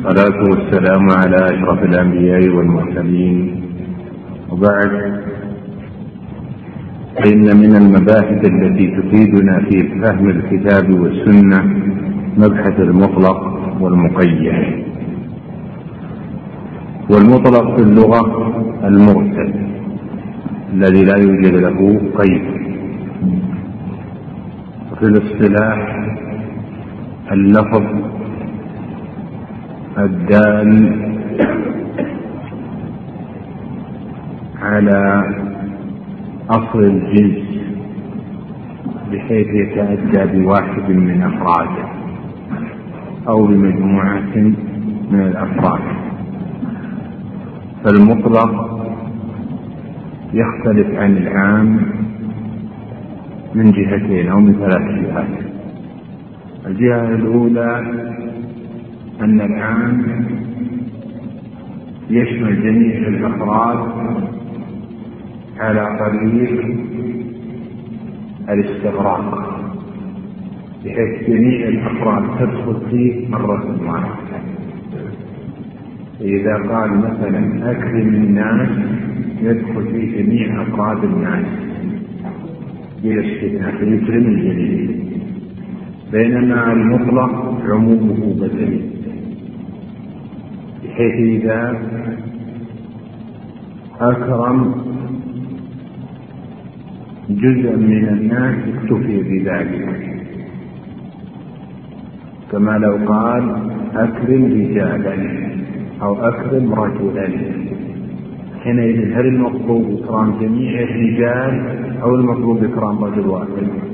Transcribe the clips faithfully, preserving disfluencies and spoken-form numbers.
والصلاة والسلام على أشرف الأنبياء والمرسلين، وبعد، فإن من المباحث التي تفيدنا في فهم الكتاب والسنة مبحث المطلق والمقيد. والمطلق في اللغة المرسل الذي لا يوجد له قيد، وفي الاصطلاح اللفظ الدال على أصل الجنس بحيث يتأدى بواحد من أفراده أو بمجموعة من الأفراد. فالمطلق يختلف عن العام من جهتين أو من ثلاث جهات. الجهة الأولى أن العام يشمل جميع الأفراد على طريق الاستغراق، بحيث جميع الأفراد تدخل فيه مرة واحدة. إذا قال مثلا أكرم الناس يدخل فيه جميع أفراد الناس بلا استثناء، فيكرم الجميع. بينما المطلق عمومه بدني، بحيث إذا أكرم جزءا من الناس اكتفي بذلك، كما لو قال أكرم رجالا أو أكرم رجلا. حينئذ هل المطلوب إكرام جميع الرجال أو المطلوب إكرام رجل واحد؟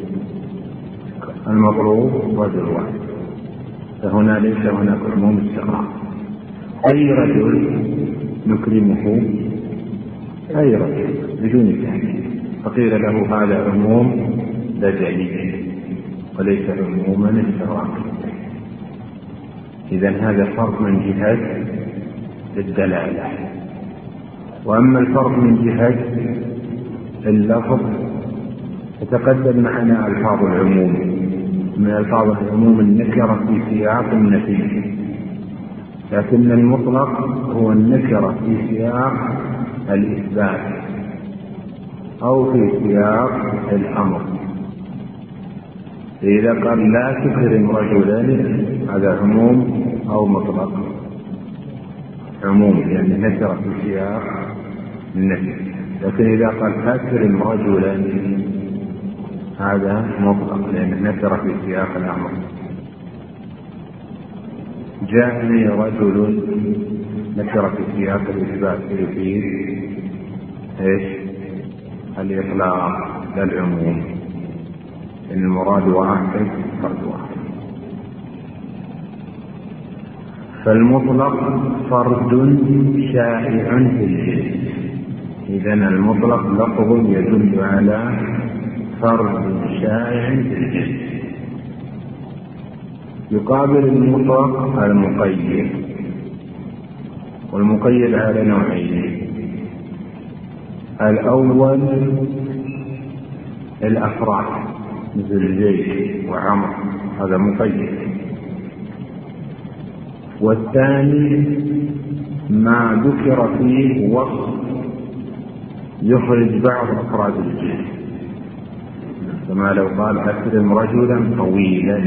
المطلوب رجل واحد، فهنا ليس هناك عموم استغراق. أي رجل نكرمه، أي رجل بدون تحديد، فقيل له هذا عموم بدني وليس عموما استغراقا. إذن هذا فرق من جهة الدلالة. وأما الفرق من جهة اللفظ فتقدم معنا ألفاظ العموم. من ألفاظ العموم النكرة في سياق النفي، لكن المطلق هو النكرة في سياق الإثبات أو في سياق الأمر. إذا قال لا تكرم رجلا هذا عموم أو مطلق؟ عموم، لأنه يعني نكرة في سياق النفي. لكن إذا قال أكرم رجلا هذا مطلق، لأنه نكرة في سياق الأمر. جاءني رجل نكرة في سياق الإثبات، يفيد إيش؟ الإطلاق لا العموم، إن المراد واحد فرد واحد. فالمطلق فرد شائع في الجنس. إذن المطلق لفظ يدل على فرد شائع في الجنس. يقابل المطلق المقيد، والمقيد على نوعين. الأول الأفراد مثل زيد وعمر، هذا مقيد. والثاني ما ذكر فيه وصف يخرج بعض أفراد الجنس، كما لو قال أكرم رجلا طويلا،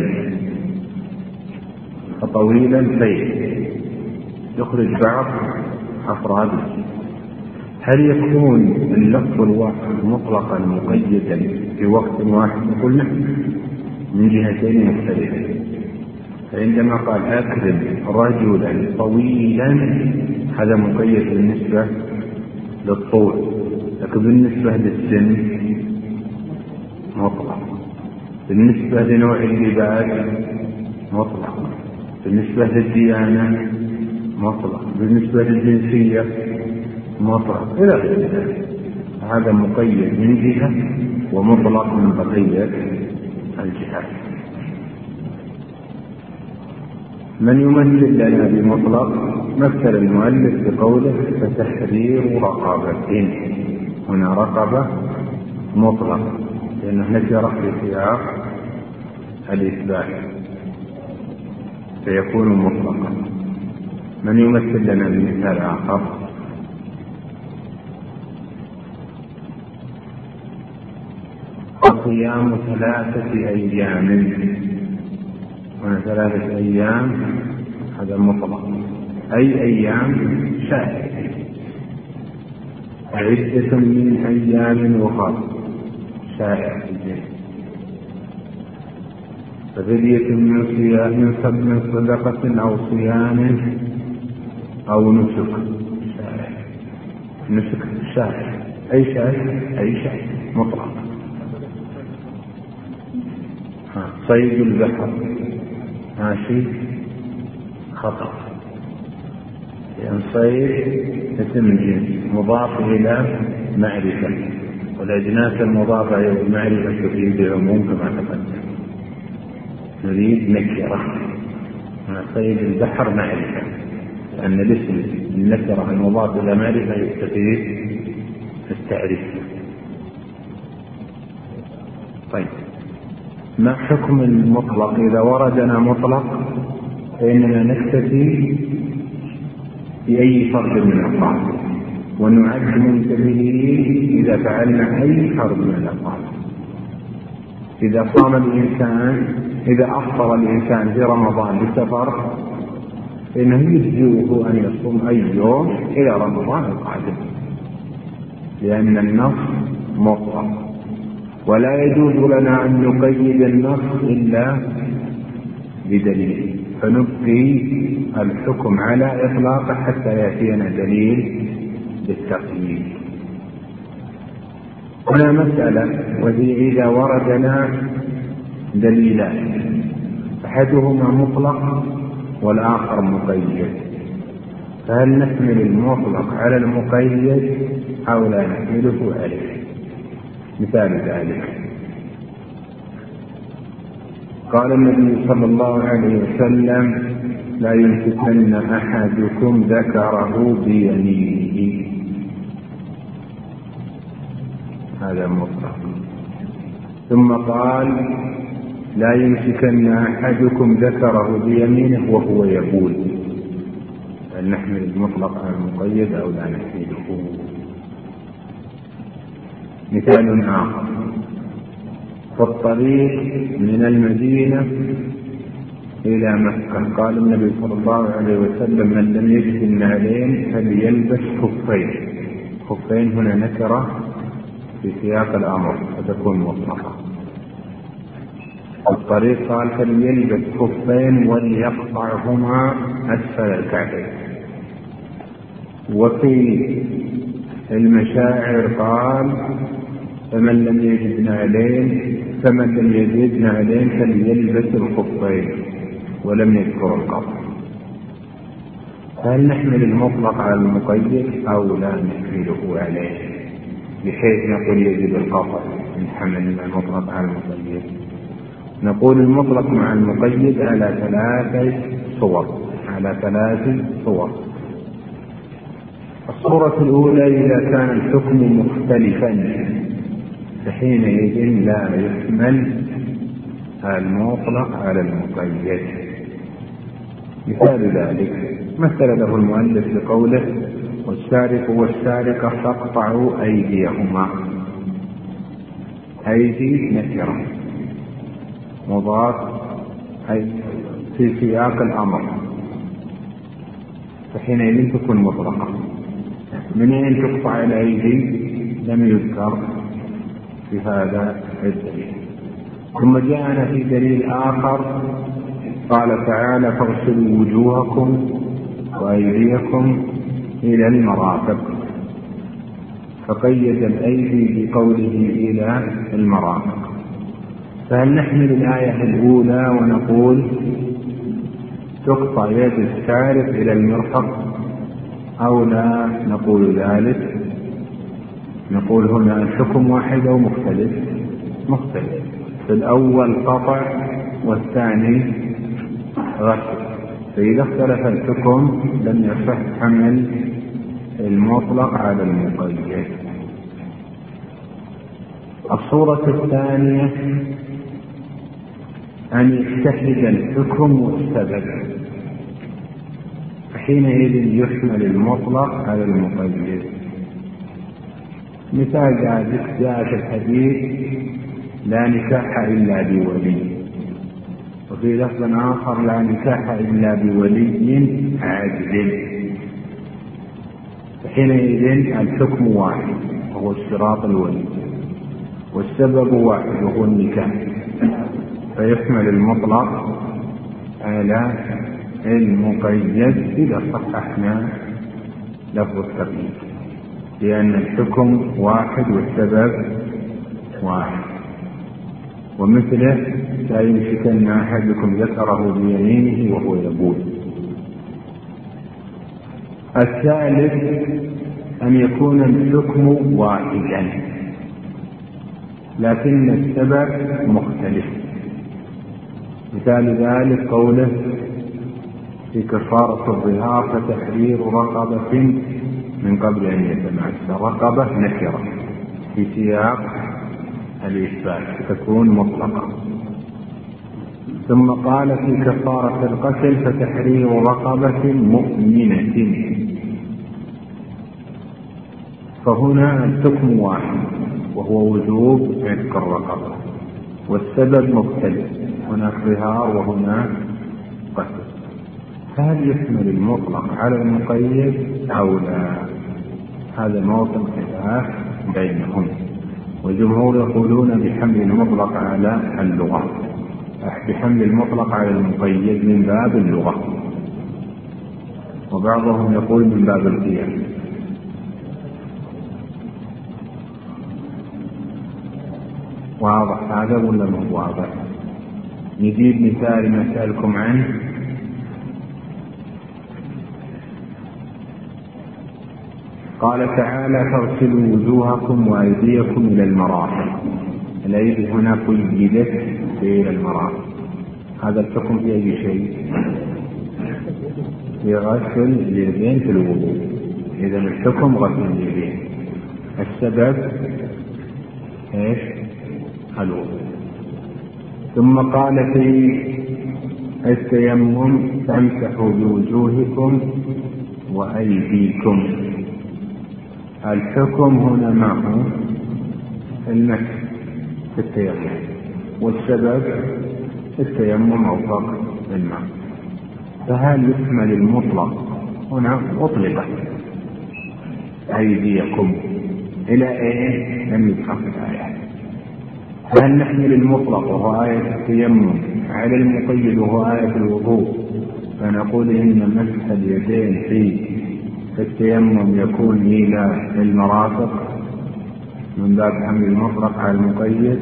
فطويلا فيه يخرج بعض أفراد الجنس. هل يكون اللفظ الواحد مطلقا مقيدا في وقت واحد؟ نقول نعم، من جهتين مختلفة. فعندما قال أكرم رجلا طويلا هذا مقيد بالنسبة للطول، لكن بالنسبة للسن مطلق، بالنسبة لنوع اللباس مطلق، بالنسبة للديانة مطلق، بالنسبة للجنسية مطلق، إلى غير. هذا مقيد من جهة ومطلق من بقية الجهات. من يمثل لنا بمطلق؟ مثل المؤلف بقوله فتحرير رقبة. هنا رقبة مطلق لأنه نكرة في سياق الإثبات، فيكون مطلقا. من يمثل لنا بمثال آخر؟ صيام ثلاثة أيام، وثلاثة أيام هذا مطلق، أي أيام شاء، عدة من أيام أخرى شائع، ففدية من صيام من صدقة أو صيام أو نسك شائع، نسك شائع، أي شائع أي شائع مطلق. صيد البحر ماشي خطأ، لأن صيد اسم جنس مضاف إلى معرفة، والأجناس المضافة إلى المعرفة تفيد عموم كما تقدم، نريد نكرة. صيد البحر معرفة، لأن الاسم النكرة المضاف إلى معرفة يستفيد التعريف. طيب، ما حكم المطلق؟ إذا وردنا مطلق فإننا نكتفي بأي فرد من الأفعال، ونعد منتبهين إذا فعلنا أي فرد من الأفعال. إذا صام الإنسان، إذا أفطر الإنسان في رمضان بسفر فإنه يجزئه أن يصوم أي يوم إلى رمضان القادم، لأن النص مطلق، ولا يجوز لنا أن نقيد النص إلا بدليل، فنبقي الحكم على إطلاقه حتى يأتينا دليل بالتقييد. هنا مسألة، وهي إذا وردنا دليلان أحدهما مطلق والآخر مقيد، فهل نحمل المطلق على المقيد أو لا نحمله عليه؟ مثال ذلك قال النبي صلى الله عليه وسلم: لا يمسكن أحدكم ذكره بيمينه، هذا مطلق. ثم قال: لا يمسكن أحدكم ذكره بيمينه وهو يقول. هل نحمل المطلق على المقيد أو لا نحمله؟ مثال آخر: في الطريق من المدينة إلى مكة قال النبي صلى الله عليه وسلم: من لم يجد النعلين فليلبس خفين. خفين هنا نكرة في سياق الأمر فتكون مطلقة. الطريق قال: فليلبس خفين وليقطعهما أسفل الكعبين. وفي المشاعر قال: فمن لم يجد نعلين فمن لم يجد نعلين فليلبس الخفين، ولم يذكر القطع. هل نحمل المطلق على المقيد أو لا نحمله عليه بحيث نقول يجب القطع إن حملنا المطلق على المقيد؟ نقول المطلق مع المقيد على ثلاثة صور على ثلاث صور. الصورة الأولى: إذا كان الحكم مختلفا فحينئذ لا يحمل المطلق على المقيد. مثال ذلك مثل له المؤلف بقوله: والسارق والسارقة فاقطعوا أيديهما. أيدي نكرة مضاف أي في سياق الأمر، فحينئذ تكون مطلقة. من أين تقطع الأيدي لم يذكر في هذا الدليل. ثم جاءنا في دليل آخر قال تعالى: فاغسلوا وجوهكم وأيديكم إلى المرافق، فقيد الأيدي بقوله إلى المرافق. فهل نحمل الآية الأولى ونقول تقطع يد السارق إلى المرفق أو لا نقول ذلك؟ نقول هنا الحكم واحد أو مختلف؟ مختلف. في الأول قطع والثاني غسل، فإذا اختلف الحكم لم يصح حمل المطلق على المقيد. الصورة الثانية أن يتحد الحكم والسبب، حينئذ يحمل المطلق على المقيد. مثال ذلك جاء في الحديث لا نكاح إلا بولي، وفي لفظ آخر لا نكاح إلا بولي عادل. حينئذ الحكم واحد وهو اشتراط الولي، والسبب واحد وهو النكاح، فيحمل المطلق على المقيد إذا صححنا لفظ التقييد، لأن الحكم واحد والسبب واحد. ومثله لا يمسكن أحدكم ذكره بيمينه وهو يبول. الثالث أن يكون الحكم واحدا لكن السبب مختلف. مثال ذلك قوله في كفارة الظهار فتحرير رقبة من قبل أن يتماس. رقبة نكرة في سياق الإثبات فتكون مطلقة. ثم قال في كفارة القتل فتحرير رقبة مؤمنة، فهنا الحكم واحد وهو وجوب عتق الرقبة، والسبب مختلف، هناك ظهار وهناك قتل. فهل يحمل المطلق على المقيد أو لا؟ هذا موطن خلاف بينهم، والجمهور يقولون بحمل المطلق على اللغة، بحمل المطلق على المقيد من باب اللغة، وبعضهم يقول من باب القياس. واضح هذا ولا مو واضح؟ نجيب مثال نسألكم عنه. قال تعالى فاغسلوا وجوهكم وأيديكم إلى المرافق. الأيدي هنا قيدت إلى المرافق. هذا الحكم في أي شيء؟ في غسل اليدين في الوضوء. إذا الحكم غسل اليدين، السبب إيش؟ الوضوء. ثم قال في التيمم فامسحوا بوجوهكم وأيديكم. الحكم هنا معه المسح في التيمم، والسبب التيمم أو فقط الماء. فهل يحمل المطلق؟ هنا أطلقت أيديكم إلى إيه؟ لم يذكر في الآية. هل نحمل المطلق وهو آية التيمم على المقيد وهو آية الوضوء، فنقول إن مسح اليدين في التيمم يكون إلى المرافق من باب حمل المطلق على المقيد؟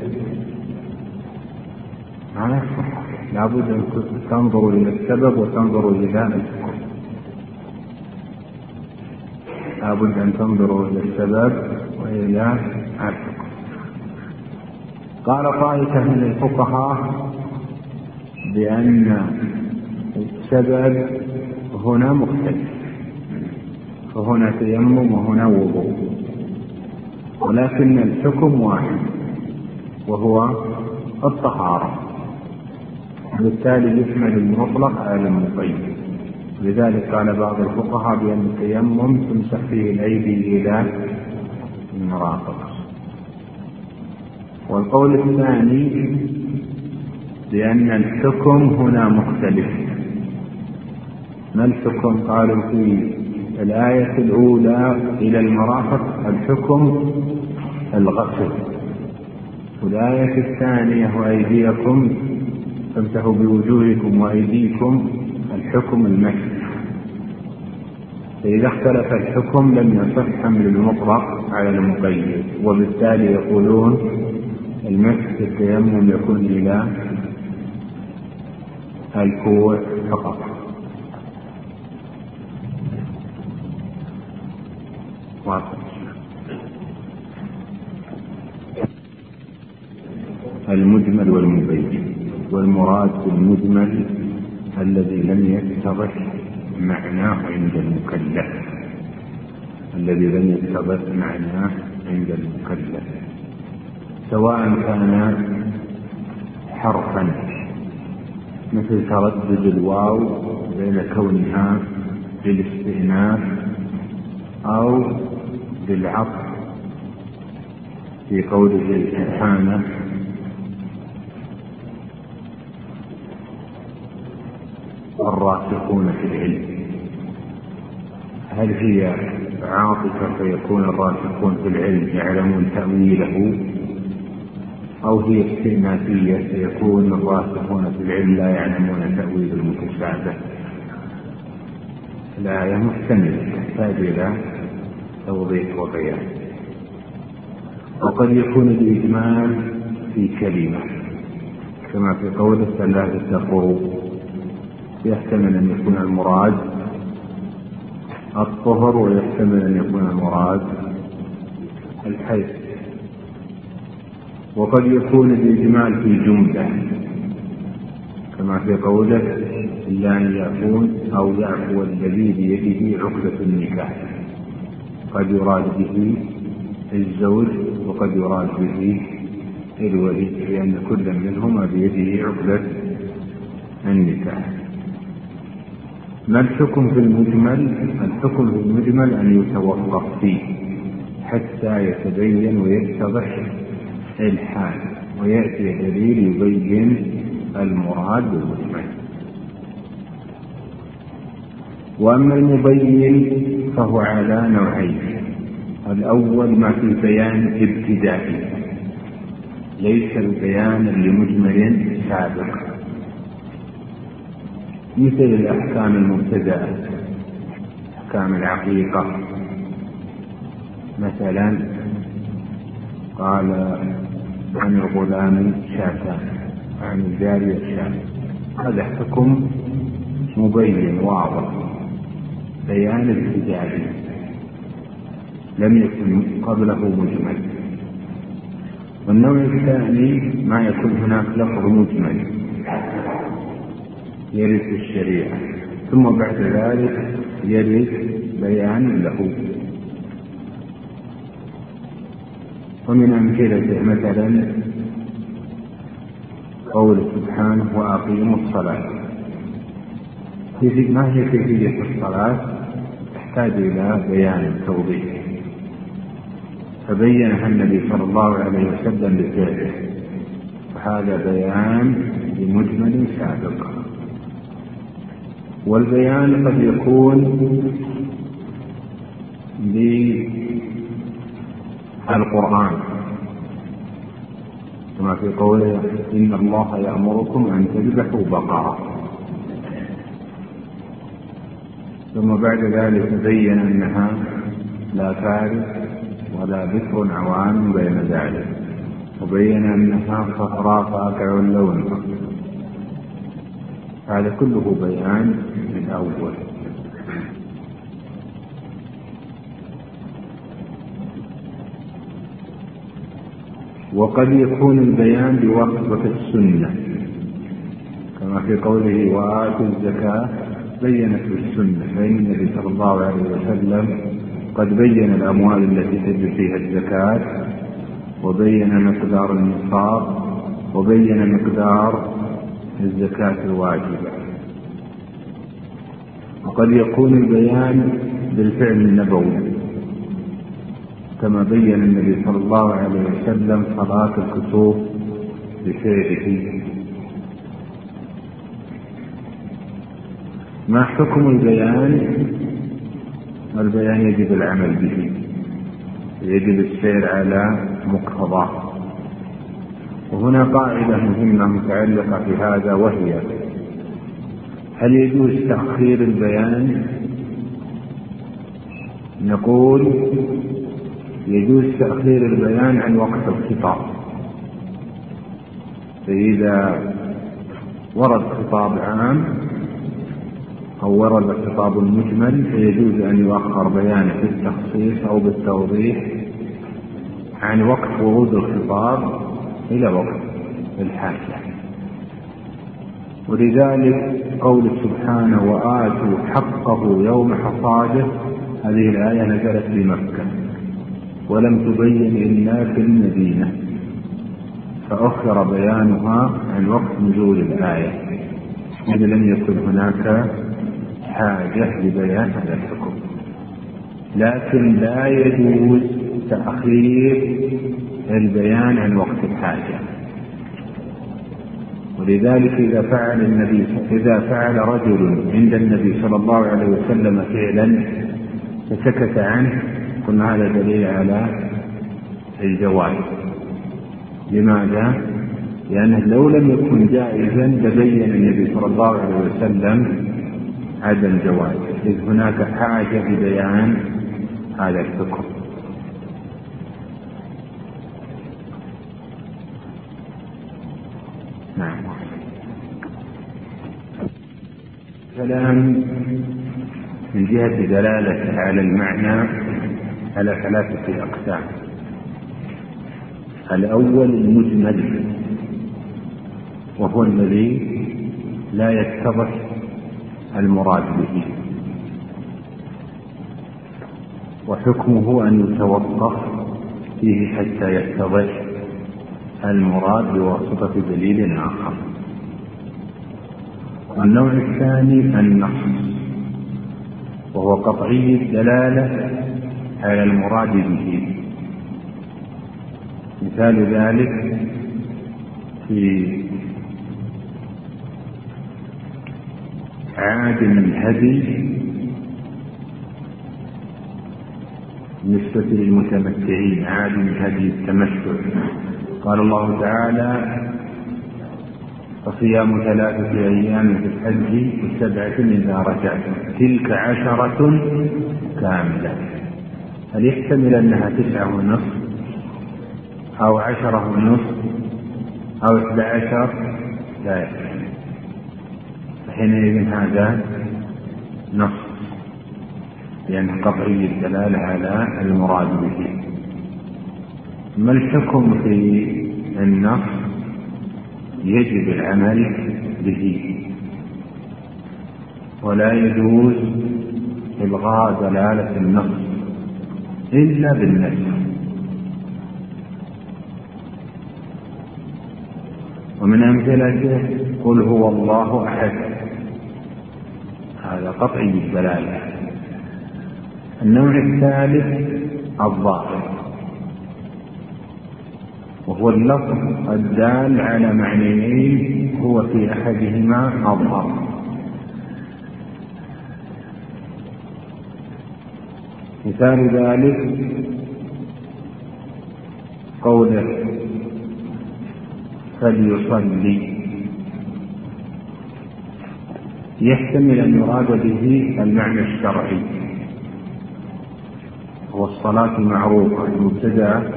لابد أن تنظروا إلى السبب وتنظروا إلى الحكم. لابد أن تنظروا إلى السبب وإلى الحكم. قال طائفة من الفقهاء بأن السبب هنا مختلف، فهنا تيمم وهنا وضوء، ولكن الحكم واحد وهو الطهارة، بالتالي يحمل المطلق على المقيد. لذلك قال بعض الفقهاء بأن التيمم تمسح فيه الأيدي إلى المرافق. والقول الثاني بأن الحكم هنا مختلف. ما الحكم؟ قالوا في الآية الأولى إلى المرافق الحكم الغسل، والآية الثانية وأيديكم فامسحوا بوجوهكم وأيديكم الحكم المسح. فإذا اختلف الحكم لم يصح حمل المطلق على المقيد، وبالتالي يقولون المسح في التيمم يكون إلى الكوع فقط. المجمل والمبين. والمراد بالمجمل الذي لم يتضح معناه عند المكلف، الذي لم يتضح معناه عند المكلف، سواء كان حرفا مثل تردد الواو بين كونها بالاستئناف أو بالعطف في قوله سبحانه الراسخون في العلم، هل هي عاطفة فيكون الراسخون في العلم يعلمون تأويله، أو هي استئنافية فيكون الراسخون في العلم لا يعلمون تأويل المتشابه؟ الآية محتملة تحتاج إلى توضيح وبيان. وقد يكون الإجمال في كلمة كما في قوله فلا تتقوا، يحتمل أن يكون المراد الطهر ويحتمل أن يكون المراد الحيض. وقد يكون الإجمال في جملة كما في قوله إلا أن يعفون أو يعفو الذي بيده عقدة النكاح، قد يراد به الزوج وقد يراد به الولي، لأن كل منهما بيده عقدة النكاح. ما الحكم في المجمل؟ الحكم في المجمل أن يتوقف فيه حتى يتبين ويتضح الحال ويأتي دليل يبين المراد بالمجمل. وأما المبين فهو على نوعين: الأول ما في بيان ابتدائي ليس البيان لمجمل سابق، مثل الأحكام المبتدأة، أحكام العقيقة مثلا، قال عن الغلام شاتان، عن الجارية شاتان، هذا حكم مبين واضح بيان ابتدائي لم يكن قبله مجمل. والنوع الثاني ما يكون هناك لفظ مجمل يرد الشريعة ثم بعد ذلك يرد بيان له. ومن أمثلته مثلا قول سبحانه وأقيموا الصلاة، ما هي كيفية الصلاة؟ تحتاج إلى بيان توضيح، فبينها النبي صلى الله عليه وسلم بفعله، فهذا بيان لمجمل سابق. والبيان قد يكون بالقرآن كما في قوله إن الله يأمركم أن تذبحوا بقرة، ثم بعد ذلك بين أنها لا فارس ولا بكر عوان بين ذلك، وبين أنها صفراء فاقع اللون. هذا كله بيان من أول. وقد يكون البيان بواسطة السنة كما في قوله وآتوا الزكاة، بينت بالسنة، فإن النبي صلى الله عليه وسلم قد بين الأموال التي تجب فيها الزكاة، وبين مقدار النصاب، وبين مقدار الزكاة الواجبة. وقد يكون البيان بالفعل النبوي كما بين النبي صلى الله عليه وسلم صلاة الكسوف بفعله. ما حكم البيان؟ البيان يجب العمل به، يجب السير على مقتضاه. وهنا قاعدة مهمة متعلقة في هذا، وهي هل يجوز تأخير البيان؟ نقول يجوز تأخير البيان عن وقت الخطاب، فإذا ورد خطاب عام أو ورد خطاب مجمل فيجوز أن يؤخر بيانه بالتخصيص أو بالتوضيح عن وقت ورود الخطاب إلى وقت الحاجة. ولذلك قول سبحانه وآتوا حقه يوم حصاده، هذه الآية نزلت في مكة ولم تبين إلا في المدينة، فأخر بيانها عن وقت نزول الآية إذ لم يكن هناك حاجة لبيان هذا الحكم، لكن لا يجوز تأخير البيان عن وقت الحاجة. ولذلك إذا فعل النبي إذا فعل رجل عند النبي صلى الله عليه وسلم فعلا فسكت عنه، قلنا هذا دليل على الجواز. لماذا؟ لأنه لو لم يكن جائزا لبين النبي صلى الله عليه وسلم عدم جوازه، إذ هناك حاجة لبيان هذا الحكم. نعم. كلام من جهة دلالة على المعنى على ثلاثة أقسام. الأول المجمل، وهو الذي لا يتضح المراد به، وحكمه أن يتوقف فيه حتى يتضح المراد بواسطة دليل آخر. والنوع الثاني النص، وهو قطعي الدلالة على المراد به. مثال ذلك في عادم الهدي بالنسبة للمتمتعين، عادم الهدي التمتع، قال الله تعالى: فصيام ثلاثة أيام في الحج وسبعة إذا رجعتم تلك عشرة كاملة. هل يحتمل أنها تسعة ونصف أو عشرة ونصف أو إحدى عشر؟ لا يحتمل. فحينئذ هذا نص، لأن قطعي الدلالة على المراد به. ما الحكم في النص؟ يجب العمل به، ولا يجوز إلغاء دلالة النص إلا بالنسخ. ومن أمثلته قل هو الله أحد، هذا قطعي الدلالة. النوع الثالث الظاهر، وهو اللفظ الدال على معنيين هو في أحدهما أظهر. مثال ذلك قوله فليصلي، يحتمل أن يراد به المعنى الشرعي، هو الصلاة معروفة المبتدأ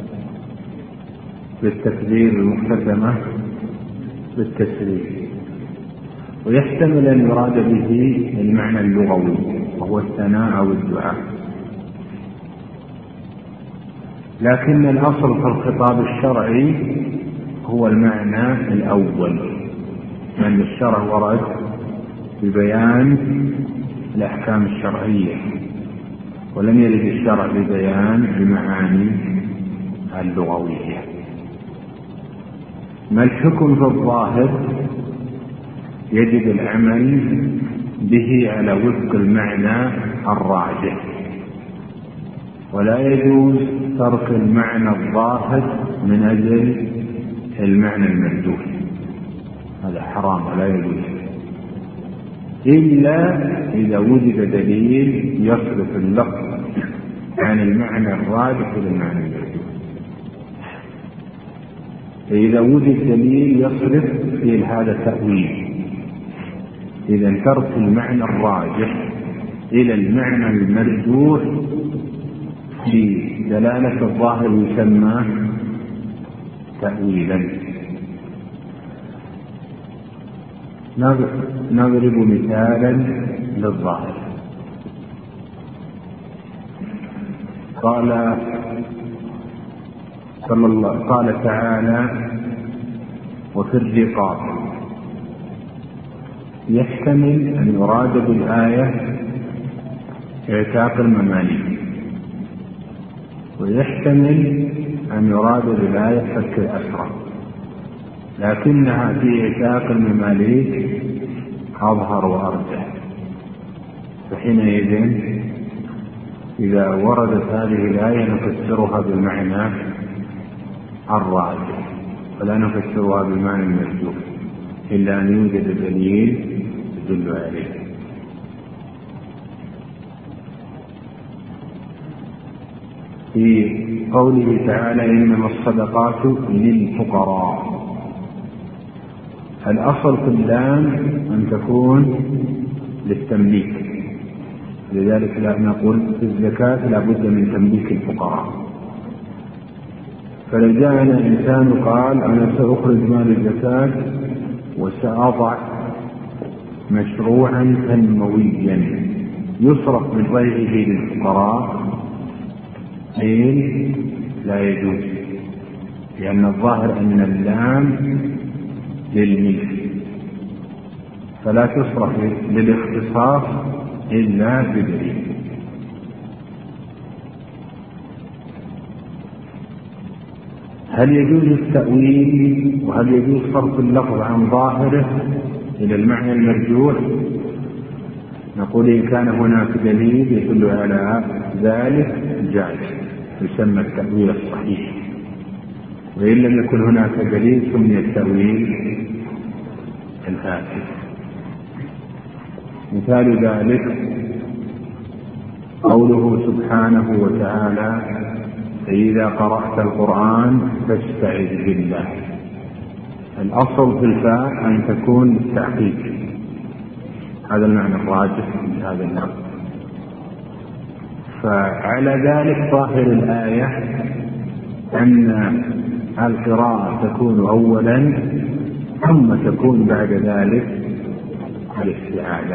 بالتكبير المختتمة بالتسليم، ويحتمل أن يراد به المعنى اللغوي وهو الثناء أو الدعاء. لكن الأصل في الخطاب الشرعي هو المعنى الأول، لأن الشرع ورد ببيان الأحكام الشرعية، ولم يرد الشرع ببيان المعاني اللغوية. ما الحكم في الظاهر؟ يجب العمل به على وفق المعنى الراجح، ولا يجوز ترك المعنى الظاهر من أجل المعنى المردود، هذا حرام ولا يجوز، إلا إذا وجد دليل يصرف اللفظ عن المعنى الراجح إلى المعنى المردود. فإذا وجد دليل يصرف في هذا التأويل، إذا ترك المعنى الراجح إلى المعنى المرجوح في دلالة الظاهر يسمى تأويلا. نضرب مثالا للظاهر. قال صلى الله قال تعالى: وفي الرقاب، يحتمل أن يراد بالآية اعتاق المماليك، ويحتمل أن يراد بالآية فك الأسرى، لكنها في اعتاق المماليك أظهر وأرجح، فحينئذ إذا وردت هذه الآية نفسرها بالمعنى الراجح فلا نفسرها بالمعنى المرجوح إلا أن يوجد دليل يدل عليه. في قوله تعالى إنما الصدقات للفقراء، الأصل في اللام أن تكون للتمليك، لذلك لا نقول في الزكاة لا بد من تمليك الفقراء. فلو جاءنا إنسان قال أنا سأخرج مال الزكاة وسأضع مشروعا تنمويا يصرف من ريعه للفقراء، قيل لا يجوز، لأن الظاهر أن اللام للملك فلا تصرف للاختصاص إلا بدليل. هل يجوز التأويل وهل يجوز صرف اللفظ عن ظاهره إلى المعنى المرجوح؟ نقول إن كان هناك دليل يدل على ذلك جائز يسمى التأويل الصحيح، وإن لم يكن هناك دليل سمي التأويل الفاسد. مثال ذلك قوله سبحانه وتعالى فإذا قرأت القرآن فاستعذ بالله. الأصل في الفاء أن تكون للتحقيق، هذا المعنى الراجح من هذا اللفظ. فعلى ذلك ظاهر الآية أن القراءة تكون أولا ثم تكون بعد ذلك الاستعاذة.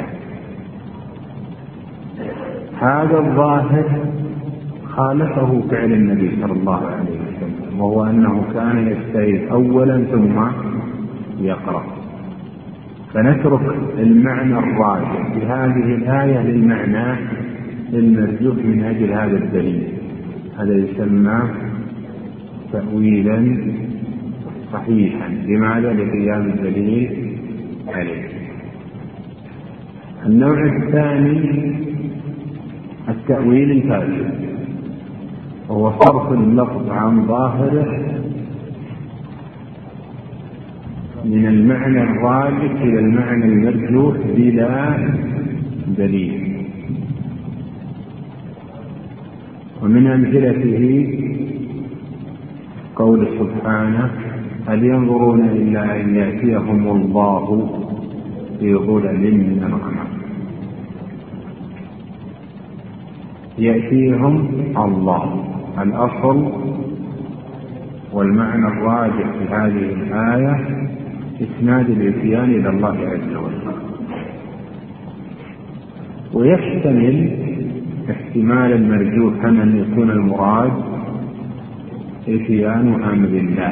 هذا الظاهر خالفه فعل النبي صلى الله عليه وسلم، وهو أنه كان يستعيذ أولا ثم يقرأ. فنترك المعنى الراجح في هذه الآية للمعنى المرجوح من أجل هذا الدليل، هذا يسمى تأويلا صحيحا. لماذا؟ لقيام الدليل عليه. النوع الثاني التأويل الفاسد، وهو صرف اللفظ عن ظاهره من المعنى الراجح إلى المعنى المرجوح بلا دليل. ومن أمثلته قول سبحانه هل ينظرون إلا أن يأتيهم الله في ظلل من الغمام. يأتيهم الله الأصل والمعنى الراجح في هذه الآية إسناد الإتيان إلى الله عز وجل، ويحتمل احتمال المرجوح أن يكون المراد إتيان أمر الله.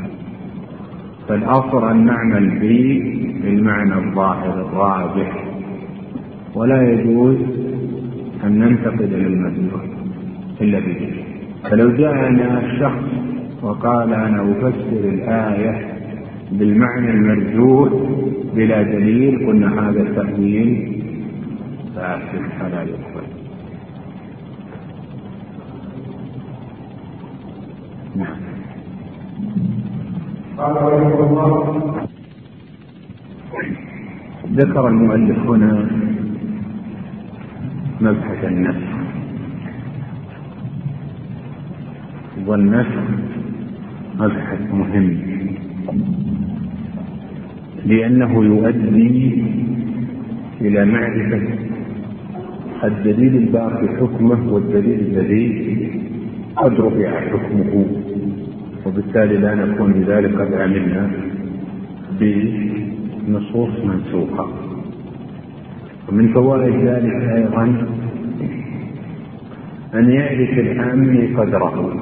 فالأصل أن نعمل به بالمعنى الظاهر الراجح، ولا يجوز أن ننتقد للمرجوح إلا بدليل. فلو جاءنا شخص وقال أنا أفسر الآية بالمعنى المرجوح بلا دليل قلنا هذا التأويل فاسد فلا يقبل. نعم. قال رحمه الله ذكر المؤلف هنا مبحث النسخ، والنسخ مبحث مهم لأنه يؤدي إلى معرفة الدليل الباقي حكمه والدليل الذي قد رفع حكمه، وبالتالي لا نكون بذلك قد عملنا بنصوص منسوخة. ومن فوائد ذلك أيضا أن يعرف العامي قدره،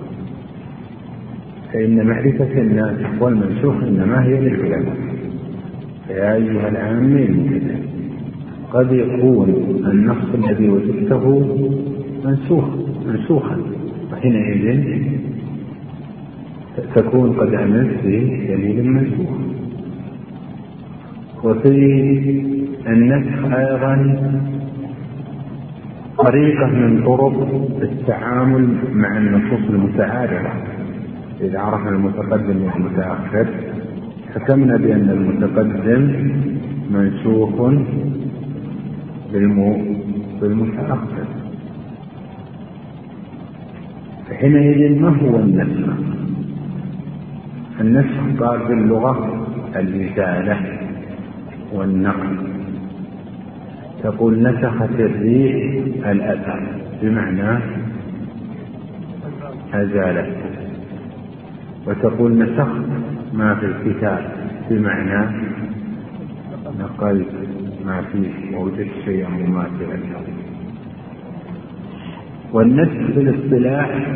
فإن معرفة الناسخ والمنسوخ إنما هي للعلماء. فيا أيها العامي المبتدئ قد يكون النص الذي وجدته منسوخ منسوخا، وحينئذ تكون قد عملت بدليل منسوخ. وفي النسخ أيضا طريقة من طرق التعامل مع النصوص المتعارضة. إذا عرفنا المتقدم والمتأخر حكمنا بأن المتقدم منسوخ بالمتأخر، حينئذ ما هو النسخ؟ النسخ قال في اللغة الإزالة والنقل. تقول نسخت الريح الأثر بمعنى أزالت، وتقول نسخت ما في الكتاب بمعنى نقلت ما فيه ووجدت شيئا مماثلا. والنسخ في الاصطلاح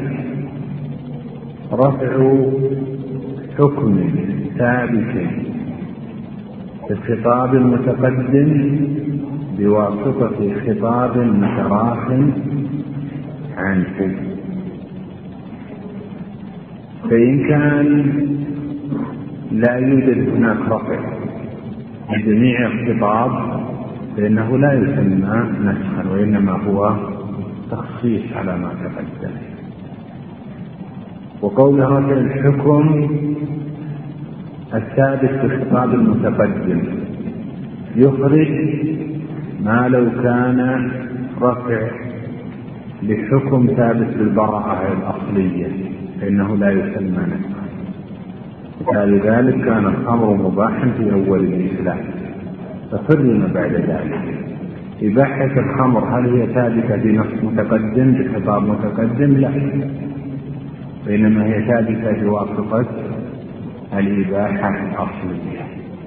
رفع حكم ثابت في الخطاب المتقدم بواسطة خطاب متراخ عنه. فإن كان لا يوجد هناك رفع لجميع الخطاب فإنه لا يسمى نسخا، وإنما هو تخصيص على ما تقدم. وقول رفع الحكم الثابت في الخطاب المتقدم يخرج ما لو كان رفع لحكم ثابت بالبراءة الأصلية فإنه لا يسمى نسخا. فلذلك كان الخمر مباحا في أول الإسلام فحرم بعد ذلك. إباحة الخمر هل هي ثابتة بنص متقدم بخطاب متقدم؟ لا، وإنما هي ثابتة بواسطة الإباحة الأصلية.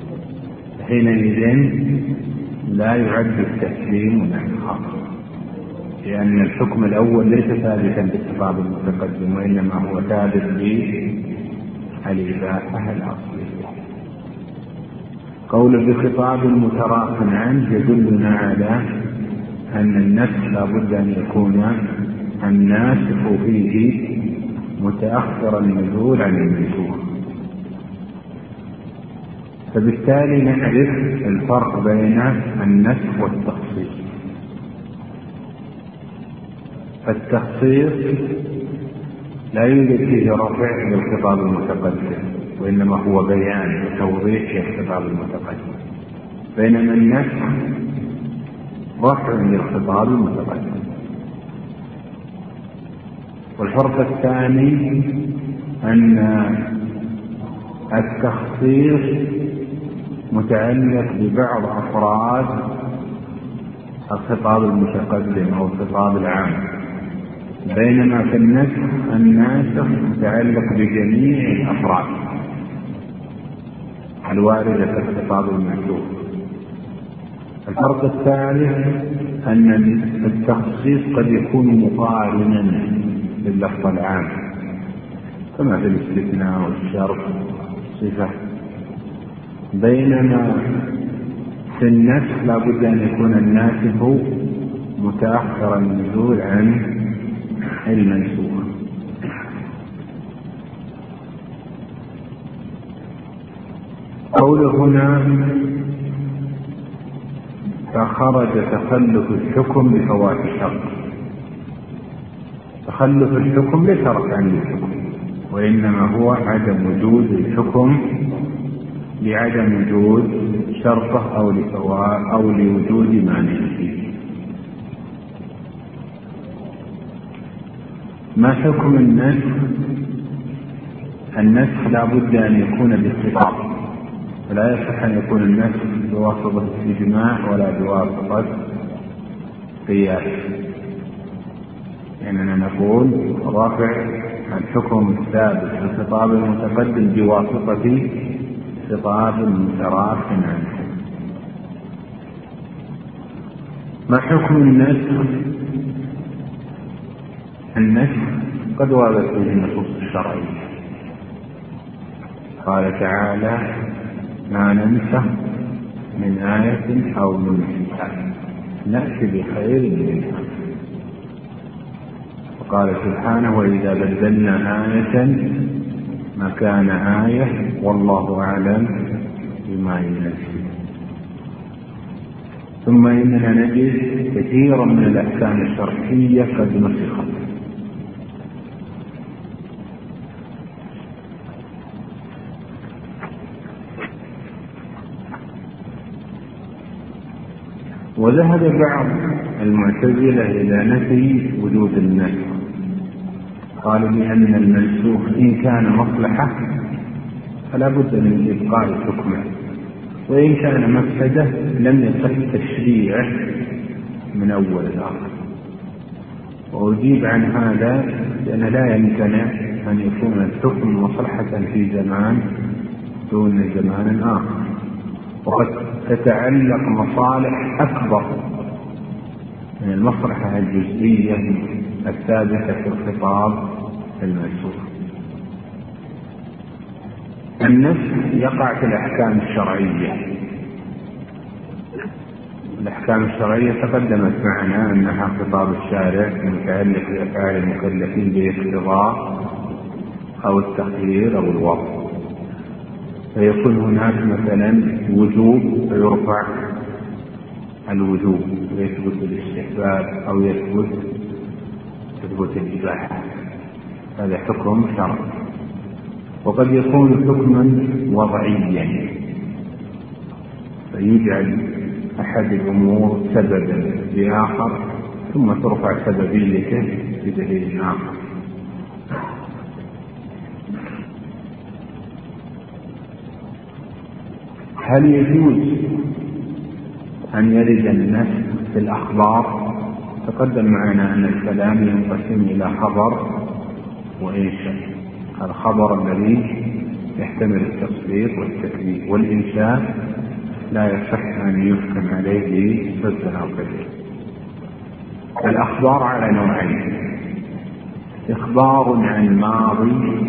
حينئذ لا يعد التسليم من الخمر، لأن الحكم الأول ليس ثابتا بالخطاب المتقدم وإنما هو ثابت بالإباحة الأصلية. قول بخطاب متراخ عنه يدلنا على أن النسخ لا بد أن يكون الناسخ فيه متأخر النزول عن المنسوخ. فبالتالي نعرف الفرق بين النسخ والتخصيص. التخصيص لا يوجد فيه رفع للخطاب المتقدم وإنما هو بيان وتوضيح للخطاب المتقدم، بينما النسخ رفع للخطاب المتقدم. والفرق الثاني أن التخصيص متعلق ببعض أفراد الخطاب المتقدم أو الخطاب العام، بينما في النسخ الناسخ متعلق بجميع الأفراد الواردة في الخطاب المنسوخ. الفرق الثالث أن التخصيص قد يكون مقارنا باللفظ العام كما في الاستثناء والشرط صفة، بينما في النسخ لا بد أن يكون الناسخ متأخر النزول عن المنسوخ. قوله هنا فخرج تخلف الحكم بفوات الشرط. تخلف الحكم ليس رفعا للحكم وإنما هو عدم وجود الحكم لعدم وجود شرطه أو لفوات أو لوجود مانع فيه. ما حكم النسخ؟ النسخ لا بد أن يكون بالخطاب، فلا يصح أن يكون النسخ بواسطة الإجماع ولا بواسطة قياس. لأننا يعني نقول رافع الحكم الثابت في الخطاب المتقدم بواسطة خطاب متراخ عنه. ما حكم النسخ؟ النسخ قد وردت فيه النصوص الشرعية. قال تعالى ما ننسخ من آية أو ننسها نأتي بخير منها. وقال سبحانه وإذا بدلنا آية مكان آية والله أعلم بما ينزل. ثم إننا نجد كثيرا من الأحكام الشرعية قد نسخت. وذهب بعض المعتزلة إلى نفي وجود النسخ، قالوا بأن المنسوخ إن كان مصلحة فلا بد من إبقاء حكمه، وإن كان مفسدة لم يصح تشريعه من أول الأمر. وأجيب عن هذا لأن لا يمتنع أن يكون الحكم مصلحة في زمان دون زمان آخر، وقد تتعلق مصالح أكبر من المصلحة الجزئية الثابتة في الخطاب المنسوخ. النسخ يقع في الأحكام الشرعية. الأحكام الشرعية تقدمت معنا أنها خطاب الشارع متعلق بأفعال المكلفين بالاقتضاء أو التخيير أو الوضع، فيكون هناك مثلا وجوب فيرفع الوجوب ويثبت الاستحباب أو يثبت تثبت الإباحة، هذا حكم شرعي. وقد يكون حكما وضعيا فيجعل أحد الأمور سببا لآخر ثم ترفع سببيته بدليل آخر. هل يجوز أن يرد النسخ في الأخبار؟ تقدم معنا أن الكلام ينقسم إلى خبر وإنشاء. الخبر الذي يحتمل التصديق والتكذيب، والإنشاء لا يصح أن يحكم عليه بصدق أو كذب. الأخبار على نوعين: إخبار عن ماضي،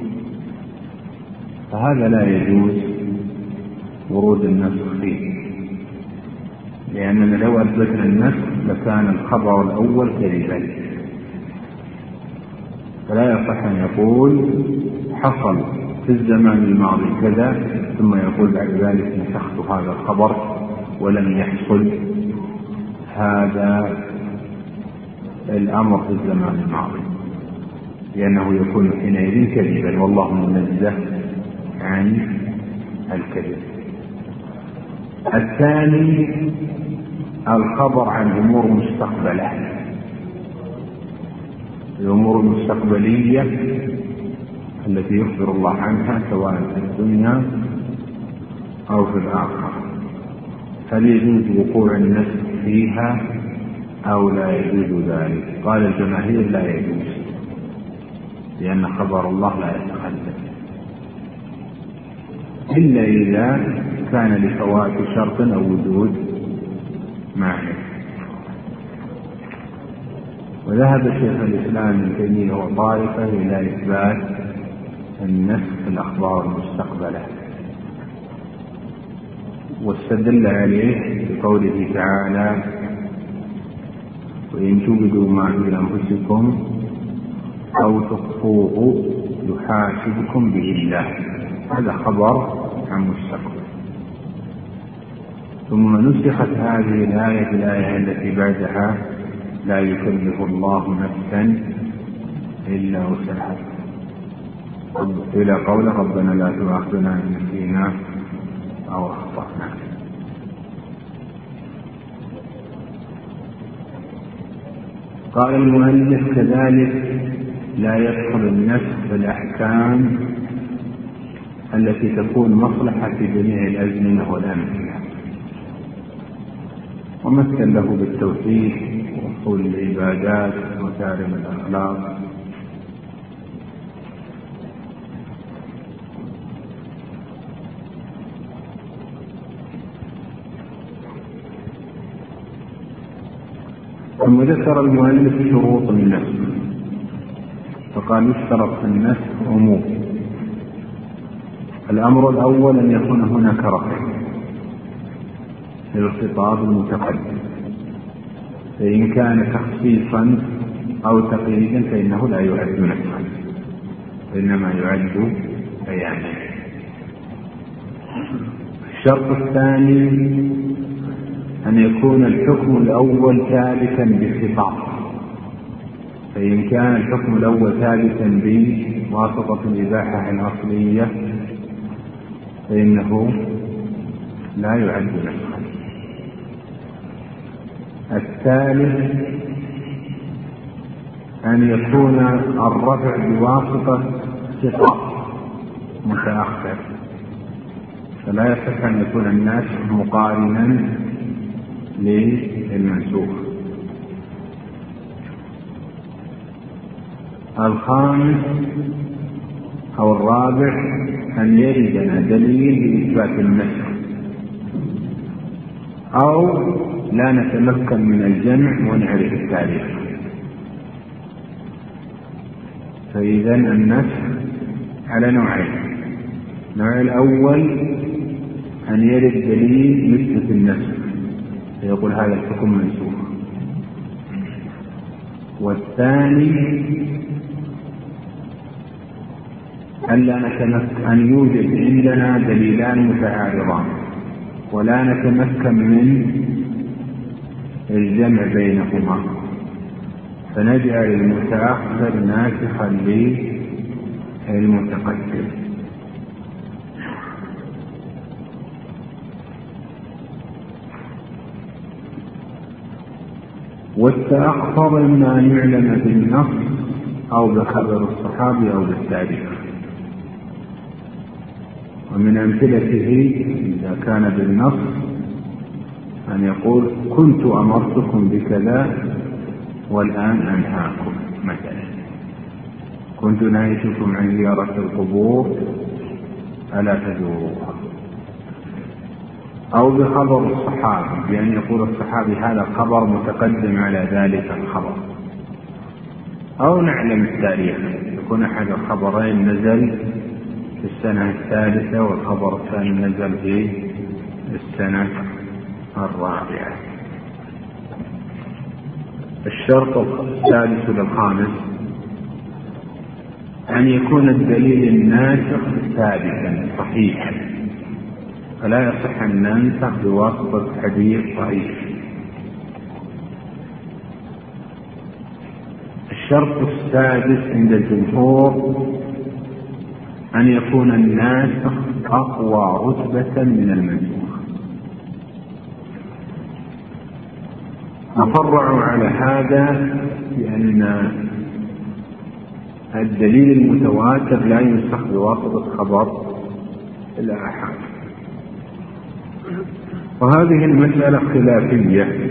فهذا لا يجوز ورود النسخ فيه، لأننا لو أثبتنا النسخ لكان الخبر الأول كذبا، فلا يصح أن يقول حصل في الزمان الماضي كذا ثم يقول بعد ذلك نسخت هذا الخبر ولم يحصل هذا الأمر في الزمان الماضي، لأنه يكون حينئذ كذبا، والله منزه عن الكذب. الثاني الخبر عن أمور مستقبلة. الأمور المستقبلية التي يخبر الله عنها سواء في الدنيا أو في الآخرة، هل يجوز وقوع النسخ فيها أو لا يجوز ذلك؟ قال الجماهير لا يجوز، لأن خبر الله لا يتخلف إلا إذا كان لفوات شرط أو وجود معنى. وذهب شيخ الإسلام ابن تيمية وطائفة إلى إثبات النسخ في الأخبار المستقبلة، واستدل عليه بقوله تعالى: وإن تبدوا ما في أنفسكم أو تخفوه يحاسبكم به الله. هذا خبر عن مستقبل. ثم نسخت هذه الآية الآية التي بعدها: لا يكلف الله نفسا إلا وسعها، إلى قوله: ربنا لا تؤاخذنا إن نسينا أو أخطأنا. قال المؤلف: كذلك لا يدخل النسخ في الأحكام التي تكون مصلحة في جميع الأزمنة والأمكنة، ومثل له بالتوحيد وأصول العبادات ومكارم الأخلاق. ثم ذكر المؤلف شروط النسخ، فقال: يشترط في النسخ أمور. الأمر الأول أن يكون هناك رفع للخطاب المتقدم، فإن كان تخصيصا أو تقييدا فإنه لا يعد نسخا، وإنما يعد بيانا. الشرط الثاني أن يكون الحكم الأول ثابتا بالخطاب، فإن كان الحكم الأول ثابتا بواسطة الإباحة الأصلية فإنه لا يعد نسخا. الثالث أن يكون الرفع بواسطة خطاب متأخر، فلا يصح أن يكون الناسخ مقارنا للمنسوخ. الخامس أو الرابع أن يردنا دليل بإثبات النسخ، أو لا نتمكن من الجمع ونعرف التاريخ. فإذا النسخ على نوعين: النوع الأول أن يرد دليل يثبت النسخ فيقول هذا الحكم منسوخ، والثاني ألا نتمكن أن يوجد عندنا دليلان متعارضان ولا نتمكن من الجمع بينهما، فنجعل المتأخر ناسخا للمتقدم. والتأخر إما أن يعلم بالنص أو بخبر الصحابي أو بالتاريخ. ومن أمثلته إذا كان بالنص أن يقول كنت أمرتكم بكذا والآن أنهاكم مثلا، كنت نهيتكم عن زيارة القبور ألا تزوروها. أو بخبر الصحابي بأن يقول الصحابي هذا الخبر متقدم على ذلك الخبر. أو نعلم التاريخ، يكون أحد الخبرين نزل في السنة الثالثة والخبر الثاني نزل في السنة الرابعة. الشرط الثالث للخامس أن يكون الدليل الناسخ ثابتا صحيحا، فلا يصح أن ننسخ بواسطة حديث ضعيف. الشرط السادس عند الجمهور أن يكون الناسخ أقوى رتبة من المنسوخ. نفرع على هذا بأن الدليل المتواتر لا ينسخ بواسطة خبر الآحاد، وهذه المسألة خلافية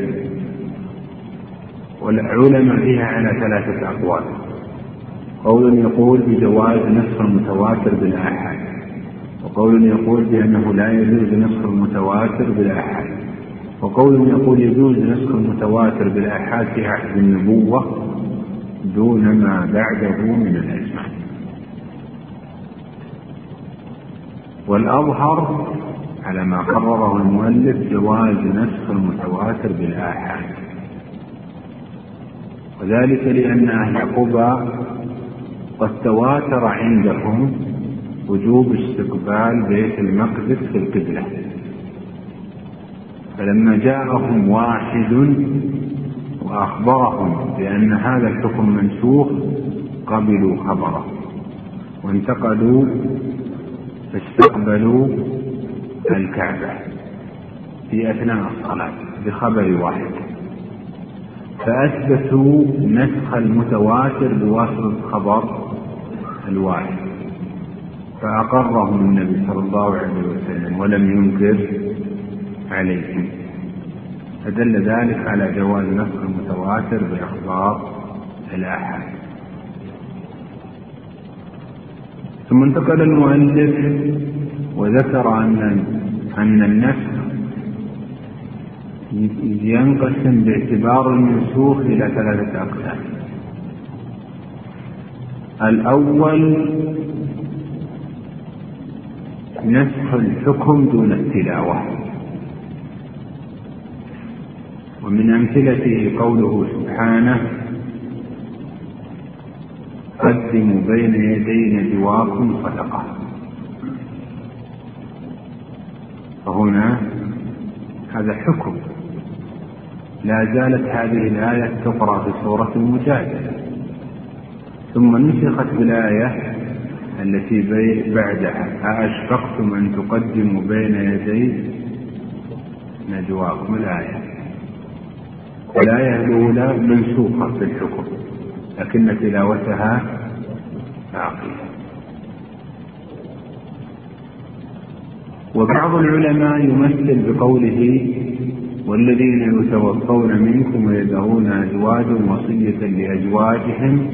والعلماء فيها على ثلاثة أقوال. قول يقول بجواز نسخ المتواتر بالآحاد، وقول يقول بأنه لا يجوز نسخ المتواتر بالآحاد، وقول يقول يجوز نسخ المتواتر بالآحاد في عهد النبوة دون ما بعده من الأزمان. والأظهر على ما قرره المؤلف جواز نسخ المتواتر بالآحاد، وذلك لأن أهل قبى قد تواتر عندهم وجوب استقبال بيت المقدس في القبلة، فلما جاءهم واحد وأخبرهم بأن هذا الحكم منسوخ قبلوا خبره وانتقلوا فاستقبلوا الكعبة في أثناء الصلاة بخبر واحد، فأثبتوا نسخ المتواتر بواسطة خبر الواحد، فأقرهم النبي صلى الله عليه وسلم ولم ينكر عليهم، فدل ذلك على جواز نسخ المتواتر بأخبار الآحاد. ثم انتقل المؤلف وذكر أن أن النسخ ينقسم باعتبار المنسوخ إلى ثلاثة أقسام. الأول نسخ الحكم دون التلاوة، ومن أمثلته قوله سبحانه قدموا بين يدي نجواكم صدقة، فهنا هذا حكم لا زالت هذه الآية تقرأ في سورة المجادلة، ثم نسخت بالآية التي بعدها: أأشفقتم أن تقدموا بين يدي نجواكم. الآية الآية الأولى منسوخة في الحكم لكن تلاوتها باقية. وبعض العلماء يمثل بقوله: والذين يتوفون منكم ويذرون أزواجا وصية لأزواجهم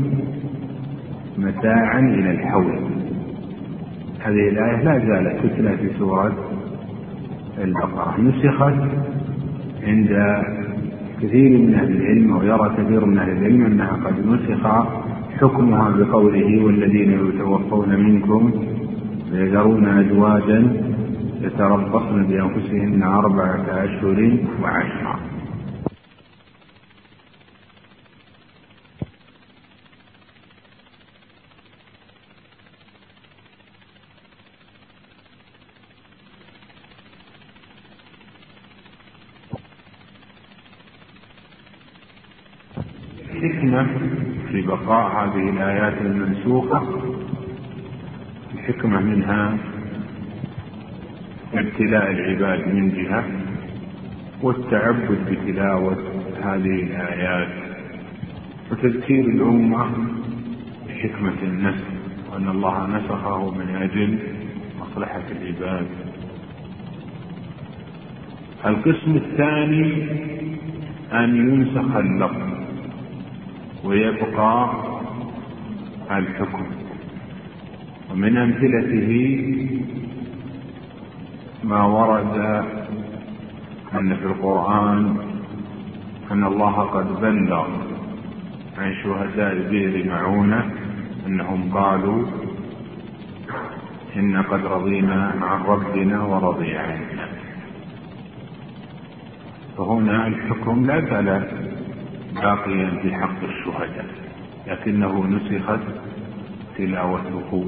متاعا إلى الحول. هذه الآية لا زالت تتلى في سورة البقرة، نسخت عند كثير من أهل العلم، ويرى كثير من أهل العلم أنها قد نسخ حكمها بقوله: والذين يتوفون منكم ويذرون أزواجا يتربصن بأنفسهن أربعة أشهر وعشرا. الحكمة في بقاء هذه الآيات المنسوخة، الحكمة منها ابتلاء العباد من جهة، والتعبد بتلاوة هذه الآيات، وتذكير الأمة بحكمة النسخ، وأن الله نسخه من أجل مصلحة العباد. القسم الثاني أن ينسخ اللفظ ويبقى الحكم، ومن أمثلته ما ورد أن في القرآن أن الله قد بلغ عن شهداء بئر معونة أنهم قالوا: إن قد رضينا عن ربنا ورضي عنا. فهنا الحكم لا زال باقيا في حق الشهداء، لكنه نسخت تلاوته.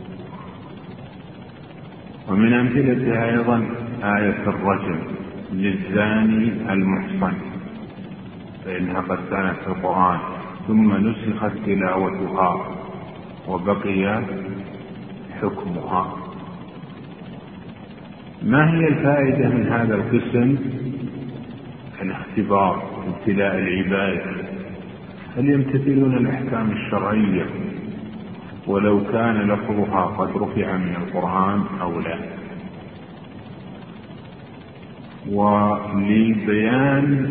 ومن أمثلتها أيضا آية الرجم للزاني المحصن، فإنها قد كانت في القرآن ثم نسخت تلاوتها وبقي حكمها. ما هي الفائدة من هذا القسم؟ الاختبار، ابتلاء العباد، هل يمتثلون الأحكام الشرعية ولو كان لفظها قد رفع من القرآن أو لا. ولبيان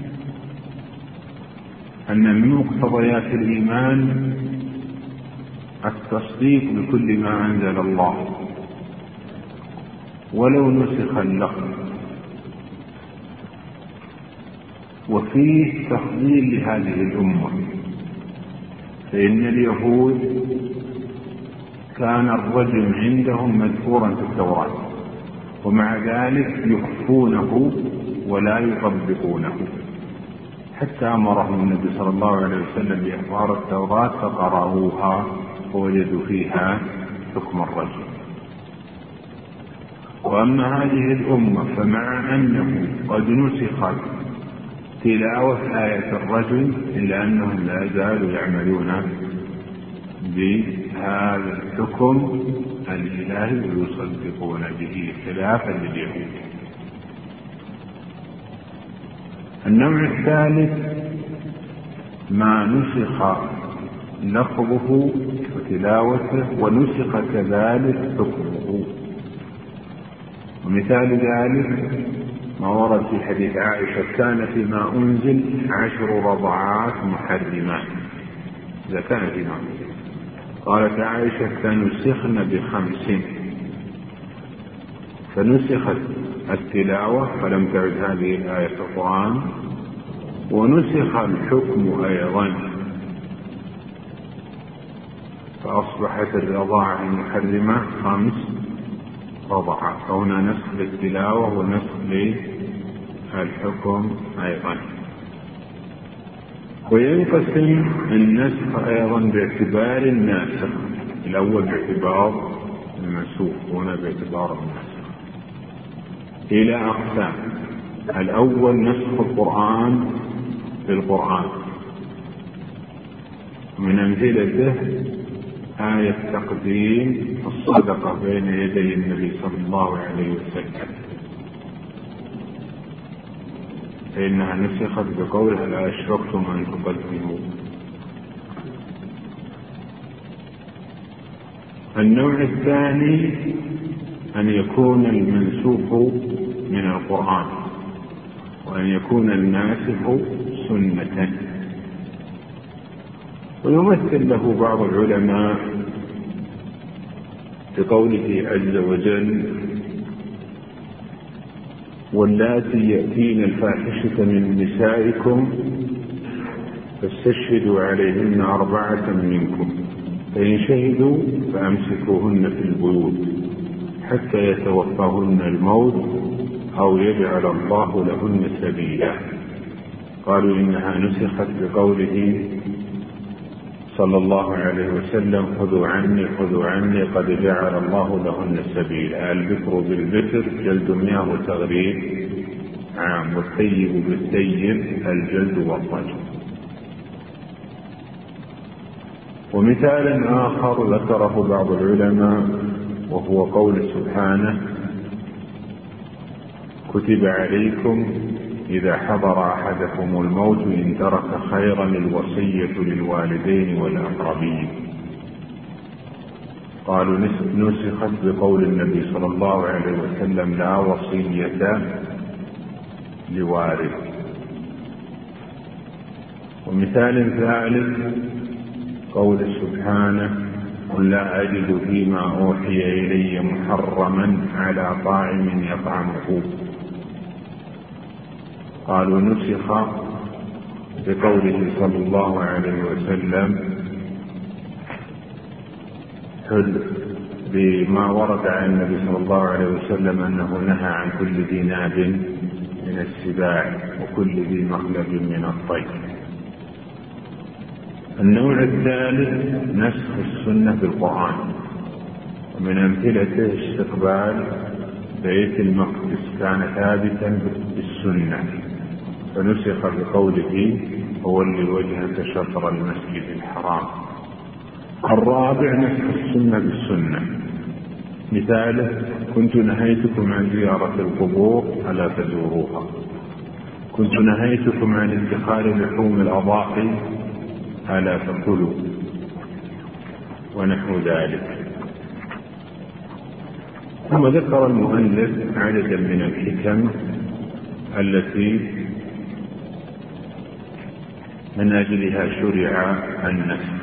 أن من مقتضيات الإيمان التصديق بكل ما أنزل الله ولو نسخ اللفظ. وفيه تفضيل لهذه الأمة، فإن اليهود كان الرجم عندهم مذكورا في التوراة، ومع ذلك يخفونه ولا يطبقونه، حتى أمرهم النبي صلى الله عليه وسلم بإحضار التوراة فقرأوها فوجدوا فيها حكم الرجم. وأما هذه الأمة فمع أنه قد نسخت تلاوة آية الرجم إلا أنهم لا زالوا يعملون بهذا الحكم الإلهي ويصدقون به خلافا لليهود. النوع الثالث ما نسخ لفظه وتلاوته ونسخ كذلك حكمه. ومثال ذلك ما ورد في حديث عائشة: كان فيما أنزل عشر رضعات محرمات. إذا كان فيما أنزل، قالت عائشة: فنسخن بخمس، فنسخت التلاوة فلم تعد هذه الآية في القرآن، ونسخ الحكم أيضا فأصبحت الرضاعة المحرمة خمس رضعات. فهنا نسخ للتلاوة ونسخ للحكم أيضا. وينقسم النسخ أيضا باعتبار الناسخ، الأول باعتبار المنسوخ، هنا باعتبار الناسخ، إلى أقسام. الأول نسخ القرآن في القرآن. من أمثلته آية تقديم الصدقة بين يدي النبي صلى الله عليه وسلم، فإنها نسخت بقولها لا أشركتم أن تقدموا. النوع الثاني أن يكون المنسوخ من القرآن، وأن يكون الناسخ سنة. ويمثل له بعض العلماء بقوله عز وجل: واللاتي يأتين الفاحشة من نسائكم فاستشهدوا عليهن أربعة منكم فإن شهدوا فأمسكوهن في البيوت حتى يتوفاهن الموت أو يجعل الله لهن سبيلا. قالوا إنها نسخت بقوله صلى الله عليه وسلم: خذوا عني خذوا عني قد جعل الله لهن سبيلا. البكر بالبكر جلد مئة وتغريب عام، والثيب بالثيب الجلد والرجم. ومثال آخر ذكره بعض العلماء وهو قول سبحانه: كتب عليكم إذا حضر أحدكم الموت إن ترك خيرا الوصية للوالدين والأقربين. قالوا نسخت بقول النبي صلى الله عليه وسلم: لا وصية لوارث. ومثال ثالث قول سبحانه: قل لا أجد فيما أوحي إلي محرما على طاعم يطعمه. قالوا نسخ بقوله صلى الله عليه وسلم بما ورد عن النبي صلى الله عليه وسلم أنه نهى عن كل ذي ناب من السباع وكل ذي مخلب من الطير. النوع الثالث نسخ السنة بالقرآن، ومن أمثلته استقبال بيت المقدس كان ثابتا بالسنة فنسخ بقوله: وول وجهك شطر المسجد الحرام. الرابع نسخ السنة بالسنة، مثاله: كنت نهيتكم عن زيارة القبور ألا تزوروها، كنت نهيتكم عن ادخار لحوم الأضاحي ألا تأكلوا، ونحو ذلك. ثم ذكر المؤلف عددا من الحكم التي من أجلها شرع النسخ.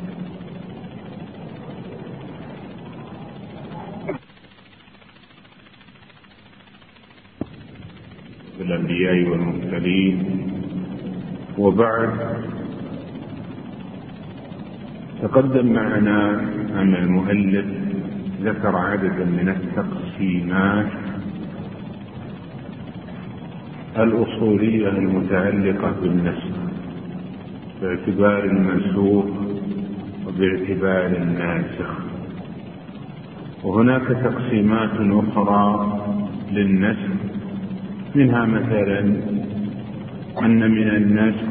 الأنبياء والمرسلين. وبعد، تقدم معنا أن المؤلف ذكر عددا من التقسيمات الأصولية المتعلقة بالنسخ باعتبار المنسوخ وباعتبار الناسخ. وهناك تقسيمات أخرى للنسخ، منها مثلا أن من النسخ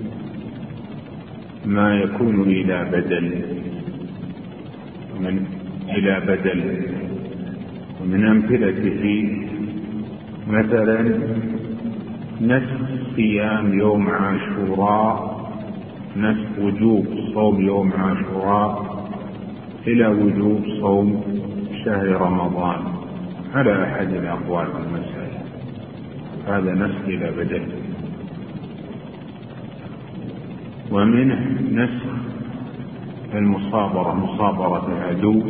ما يكون إلى بدل من إلى بدل ومن أمثلته مثلا نسخ صيام يوم عاشوراء، نسخ وجوب صوم يوم عاشوراء إلى وجوب صوم شهر رمضان على أحد الأقوال في المسألة، هذا نسخ إلى بدل. ومنه نسخ المصابرة، مصابرة العدو،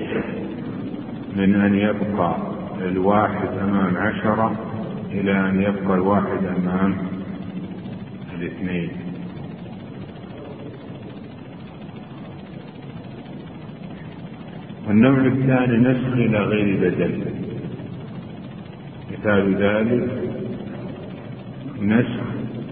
من أن يبقى الواحد أمام عشرة إلى أن يبقى الواحد أمام الاثنين. النوع الثاني نسخ إلى غير بدل، مثال ذلك نسخ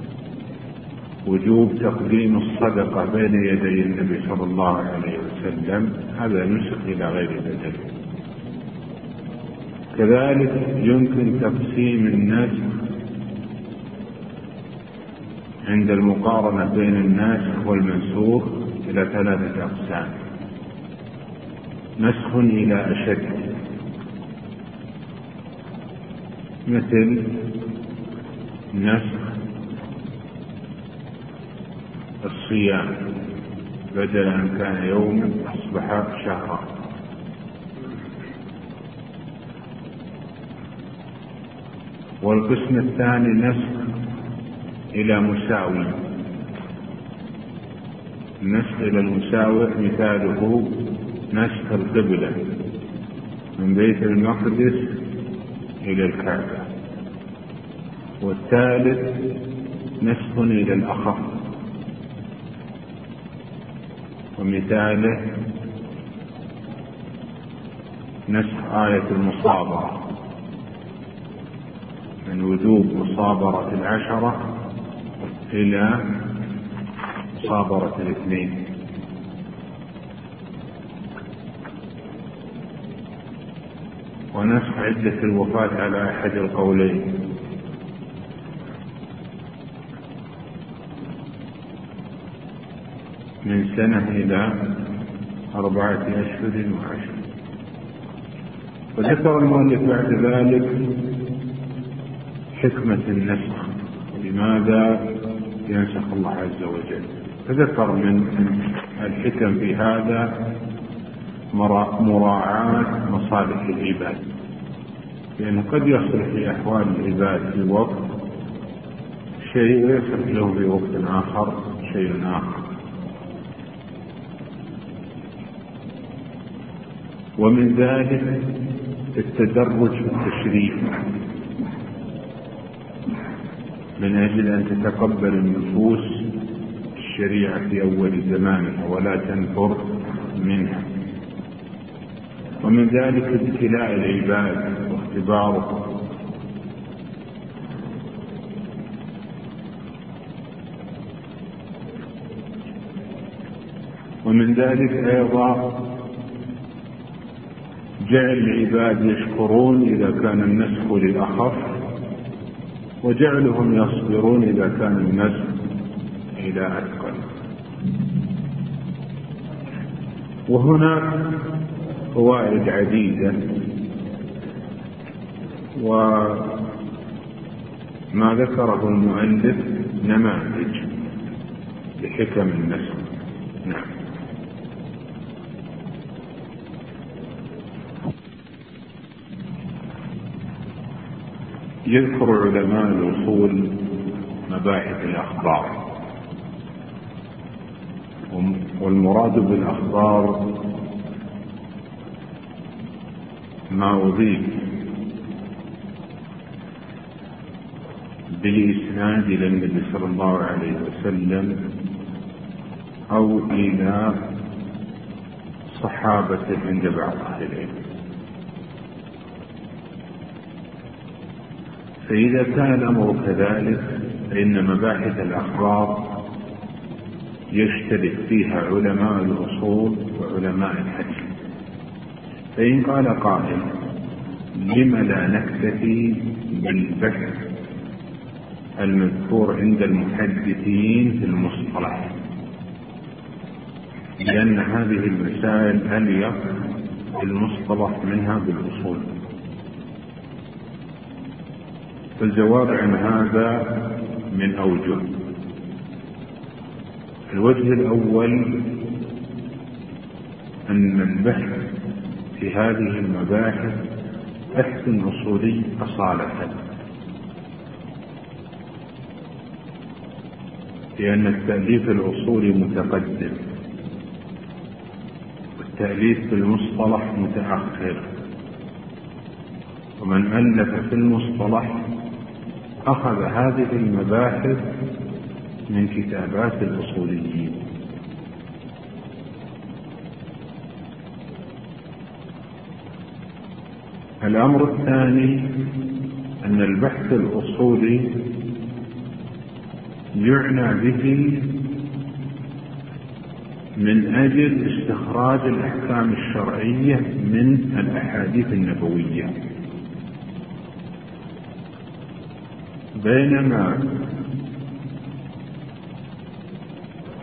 وجوب تقديم الصدقة بين يدي النبي صلى الله عليه وسلم، هذا نسخ إلى غير بدل. كذلك يمكن تقسيم النسخ عند المقارنة بين الناسخ والمنسوخ إلى ثلاثة أقسام: نسخ إلى أشد، مثل نسخ الصيام، بدل أن كان يوما أصبح شهرا. والقسم الثاني نسخ إلى مساوي. النسخ إلى المساوي مثاله نسخ القبلة من بيت المقدس إلى الكعبة. والثالث نسخ إلى الأخف، ومثاله نسخ آية المصابرة من وجوب مصابرة العشرة إلى مصابرة الاثنين. ونسخ عدة الوفاة على أحد القولين، من سنة إلى أربعة أشهر وعشر. وذكر المؤلف بعد ذلك حكمة النسخ، لماذا ينسخ الله عز وجل. فذكر من الحكم في هذا مراعاة مصالح العباد، لأنه قد يصل في أحوال العباد في وقت شيء ويصل له في وقت آخر شيء آخر. ومن ذلك التدرج في التشريف، من أجل أن تتقبل النفوس الشريعة في أول زمانها ولا تنفر منها. ومن ذلك ابتلاء العباد واختبارهم، ومن ذلك أيضا جعل العباد يشكرون إذا كان النسخ للأخف، وجعلهم يصبرون إذا كان النسخ إلى أثقل. وهناك فوائد عديدة، وما ذكره المؤلف نماذج لحكم النسخ. نعم. يذكر علماء الأصول مباحث الأخبار، والمراد بالأخبار ما أضيف بالإسناد إلى النبي صلى الله عليه وسلم أو إلى صحابة عند بعض أهل العلم. فإذا كان الأمر كذلك فإن مباحث الأخبار يشترك فيها علماء الأصول وعلماء الحديث. فإن قال قائل: لم لا نكتفي بالبحث المذكور عند المحدثين في المصطلح، لأن هذه المسائل أليق بالمصطلح منها بالأصول. فالجواب عن هذا من أوجه. الوجه الأول أن البحث في هذه المباحث بحث أصولي أصالة، لأن التأليف الأصولي متقدم والتأليف في المصطلح متأخر. ومن ألف في المصطلح أخذ هذه المباحث من كتابات الأصوليين. الأمر الثاني أن البحث الأصولي يعنى به من أجل استخراج الأحكام الشرعية من الأحاديث النبوية، بينما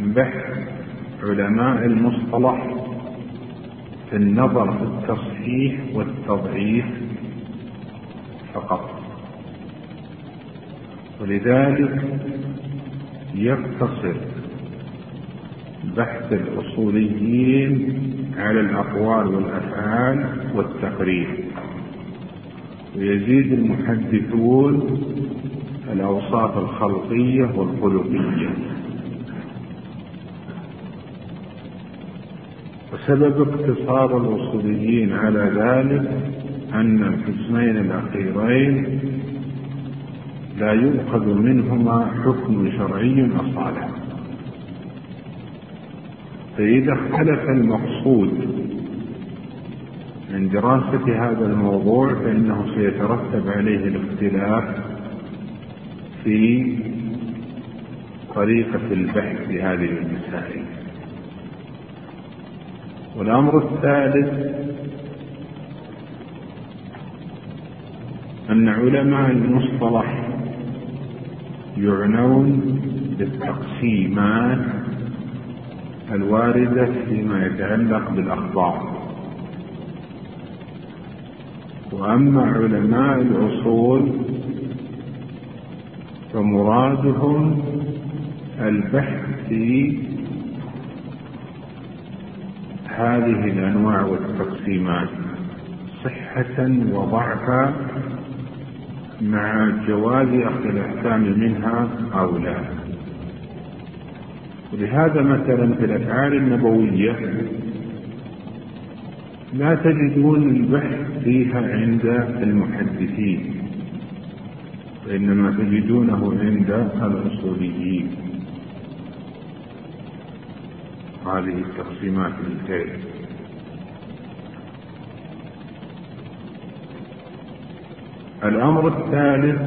بحث علماء المصطلح في النظر في التصحيح والتضعيف فقط، ولذلك يقتصر بحث الأصوليين على الأقوال والأفعال والتقرير، ويزيد المحدثون الأوصاف الخلقية والخلقية. وسبب اقتصار الأصوليين على ذلك أن القسمين الأخيرين لا يؤخذ منهما حكم شرعي أصالة، فإذا اختلف المقصود من دراسة هذا الموضوع فإنه سيترتب عليه الاختلاف في طريقة البحث في هذه المسائل. والأمر الثالث أن علماء المصطلح يعنون بالتقسيمات الواردة فيما يتعلق بالأخبار، وأما علماء الأصول فمرادهم البحث في هذه الأنواع والتقسيمات صحة وضعفا مع جواز أخذ الأحكام منها أو لا. ولهذا مثلا في الأفعال النبوية لا تجدون البحث فيها عند المحدثين، وإنما تجدونه عند الأصوليين. هذه التقسيمات الكثيرة. الأمر الثالث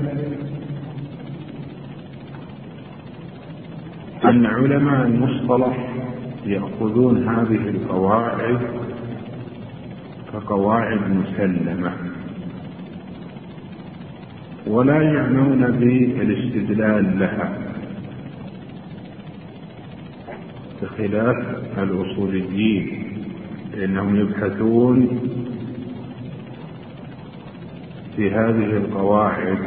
أن علماء المصطلح يأخذون هذه القواعد كقواعد مسلمة، ولا يعنون بالاستدلال لها، بخلاف الأصوليين لأنهم يبحثون في هذه القواعد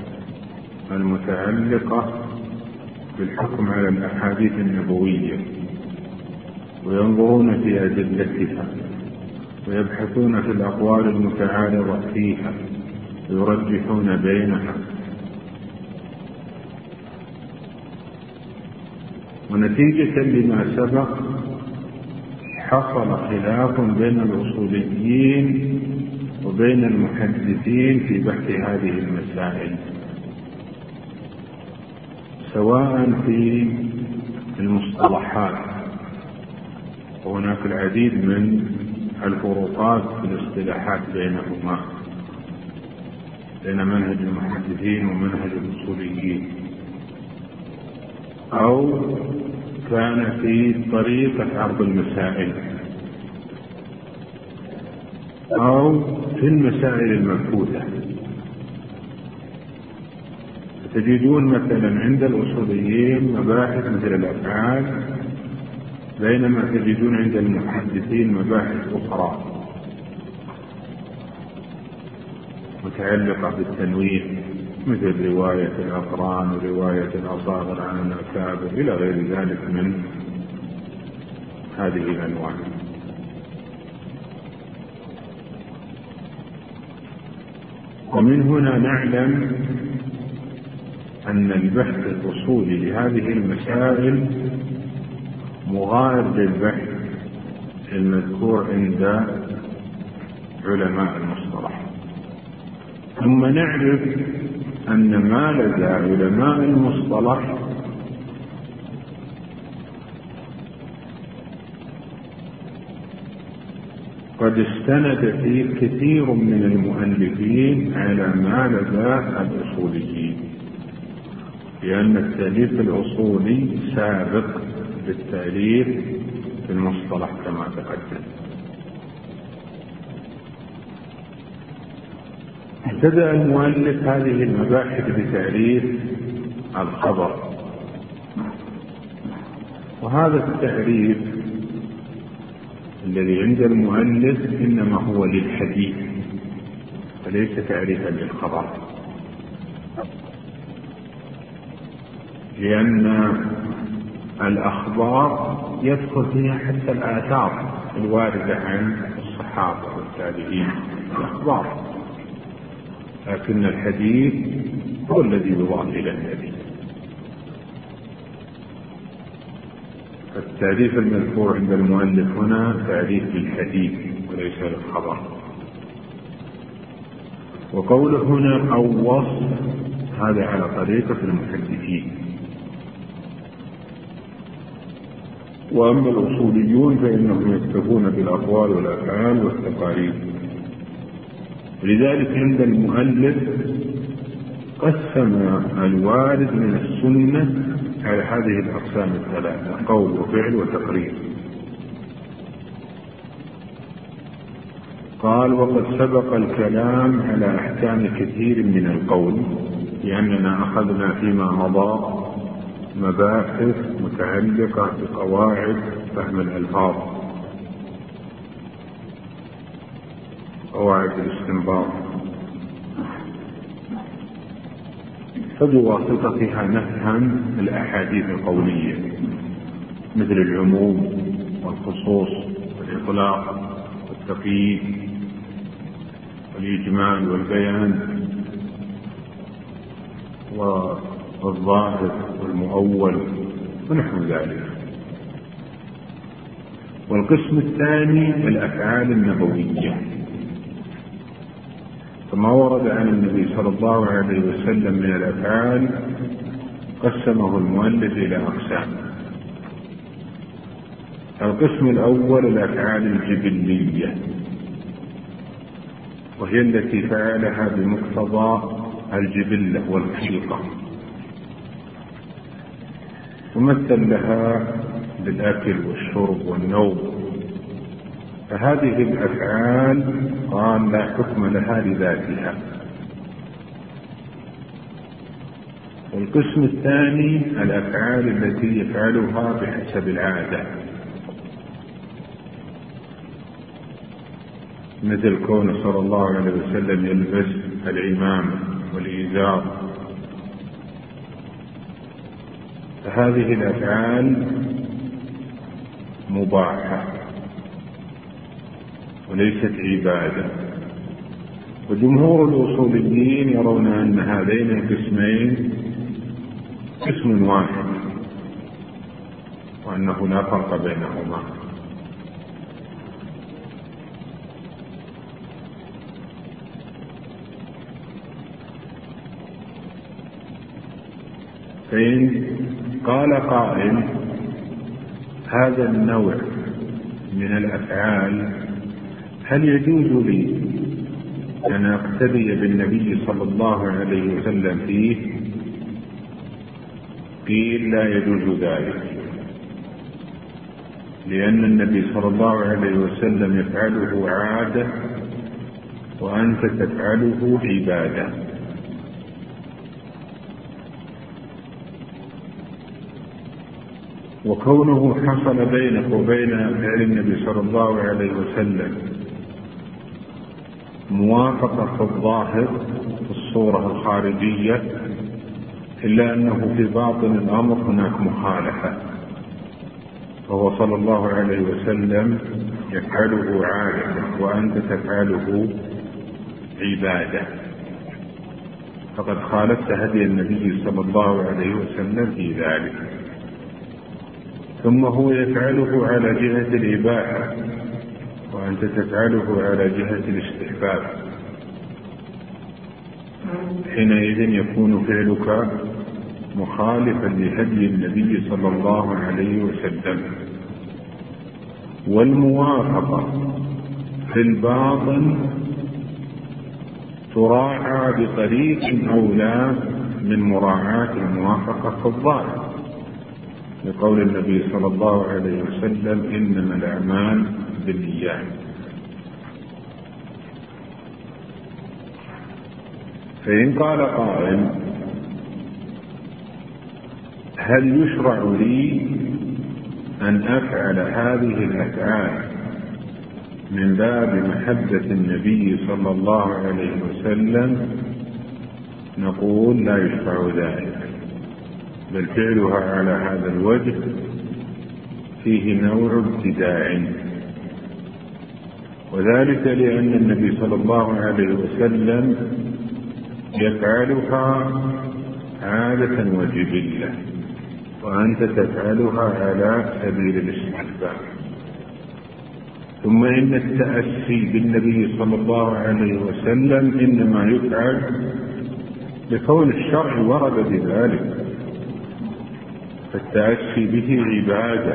المتعلقة بالحكم على الأحاديث النبوية، وينظرون في أدلتها، ويبحثون في الأقوال المتعارضة فيها، ويرجحون بينها. ونتيجة لما سبق حصل خلاف بين الأصوليين وبين المحدثين في بحث هذه المسائل، سواء في المصطلحات، وهناك العديد من الفروقات في الاصطلاحات بينهما، بين منهج المحدثين ومنهج الأصوليين، أو كان في طريقة عرض المسائل، أو في المسائل المبحوثة. تجدون مثلا عند الأصوليين مباحث مثل الأفعال، بينما تجدون عند المحدثين مباحث أخرى متعلقة بالتنوين، مثل رواية الأقران ورواية الأصاغر عن الأكابر إلى غير ذلك من هذه الأنواع. ومن هنا نعلم أن البحث الأصولي لهذه المسائل مغاير للبحث المذكور عند علماء المصطلح. ثم نعرف أن ما لدى علماء المصطلح قد استند فيه كثير من المؤلفين على ما لدى الأصوليين، لأن التأليف الأصولي سابق بالتأليف في المصطلح كما تقدم. ابتدأ المؤلف هذه المباحث بتعريف الخبر، وهذا التعريف الذي عند المؤلف إنما هو للحديث وليس تعريفا للخبر، لأن الأخبار يدخل فيها حتى الآثار الواردة عن الصحابة والتابعين الأخبار، لكن الحديث هو الذي يضاف إلى النبي. التعريف المذكور عند المؤلف هنا تعريف للحديث وليس للخبر. وقوله هنا أو وصف هذا على طريقة المحدثين، وأما الأصوليون فإنهم يكتفون بالأقوال والأفعال والتقارير. لذلك عند المؤلف قسم الوارد من السنة على هذه الأقسام الثلاثة: قول وفعل وتقرير. قال: وقد سبق الكلام على أحكام كثير من القول، لأننا أخذنا فيما مضى مباحث متعلقة بقواعد فهم الألفاظ، قواعد الاستنباط، فبواسطتها نفهم الأحاديث القولية مثل العموم والخصوص والإطلاق والتقييد والإجمال والبيان والظاهر والمؤول ونحو ذلك. والقسم الثاني الأفعال النبوية، فما ورد عن النبي صلى الله عليه وسلم من الأفعال قسمه المؤلف إلى أقسام. القسم الأول الأفعال الجبلية، وهي التي فعلها بمقتضى الجبلة والخلقة، ومثل لها بالأكل والشرب والنوم، فهذه الأفعال قال لا حكم لها لذاتها. والقسم الثاني الأفعال التي يفعلها بحسب العادة، مثل كون صلى الله عليه وسلم يلبس العمامة والإزار، فهذه الأفعال مباحة وليست عبادة. وجمهور الأصوليين يرون أن هذين القسمين قسم واحد، وأنه لا فرق بينهما. فإن قال قائل هذا النوع من الأفعال هل يجوز لي أن أقتدي بالنبي صلى الله عليه وسلم فيه؟ قيل لا يجوز ذلك، لأن النبي صلى الله عليه وسلم يفعله عادة وأنت تفعله عبادة. وكونه حصل بينك وبين فعل النبي صلى الله عليه وسلم موافقة في الظاهر في الصورة الخارجية، إلا أنه في باطن الأمر هناك مخالفة، فهو صلى الله عليه وسلم يفعله عادة وأنت تفعله عبادة، فقد خالفت هدي النبي صلى الله عليه وسلم في ذلك. ثم هو يفعله على جهة الإباحة وأنت تفعله على جهة الاستحباب، حينئذ يكون فعلك مخالفا لهدي النبي صلى الله عليه وسلم. والموافقة في الباطن تراعى بطريق أولى من مراعاة الموافقة في الظاهر، لقول النبي صلى الله عليه وسلم إنما الأعمال بالنيات. فإن قال قائل هل يشرع لي أن أفعل هذه الأفعال من باب محبة النبي صلى الله عليه وسلم نقول لا يشرع ذلك، بل فعلها على هذا الوجه فيه نوع ابتداع، وذلك لأن النبي صلى الله عليه وسلم يفعلها عادة وجبلة، وأنت تفعلها على سبيل الاستحباب. ثم إن التأسي بالنبي صلى الله عليه وسلم إنما يفعل لكون الشرع ورد بذلك، فالتأسي به عبادة.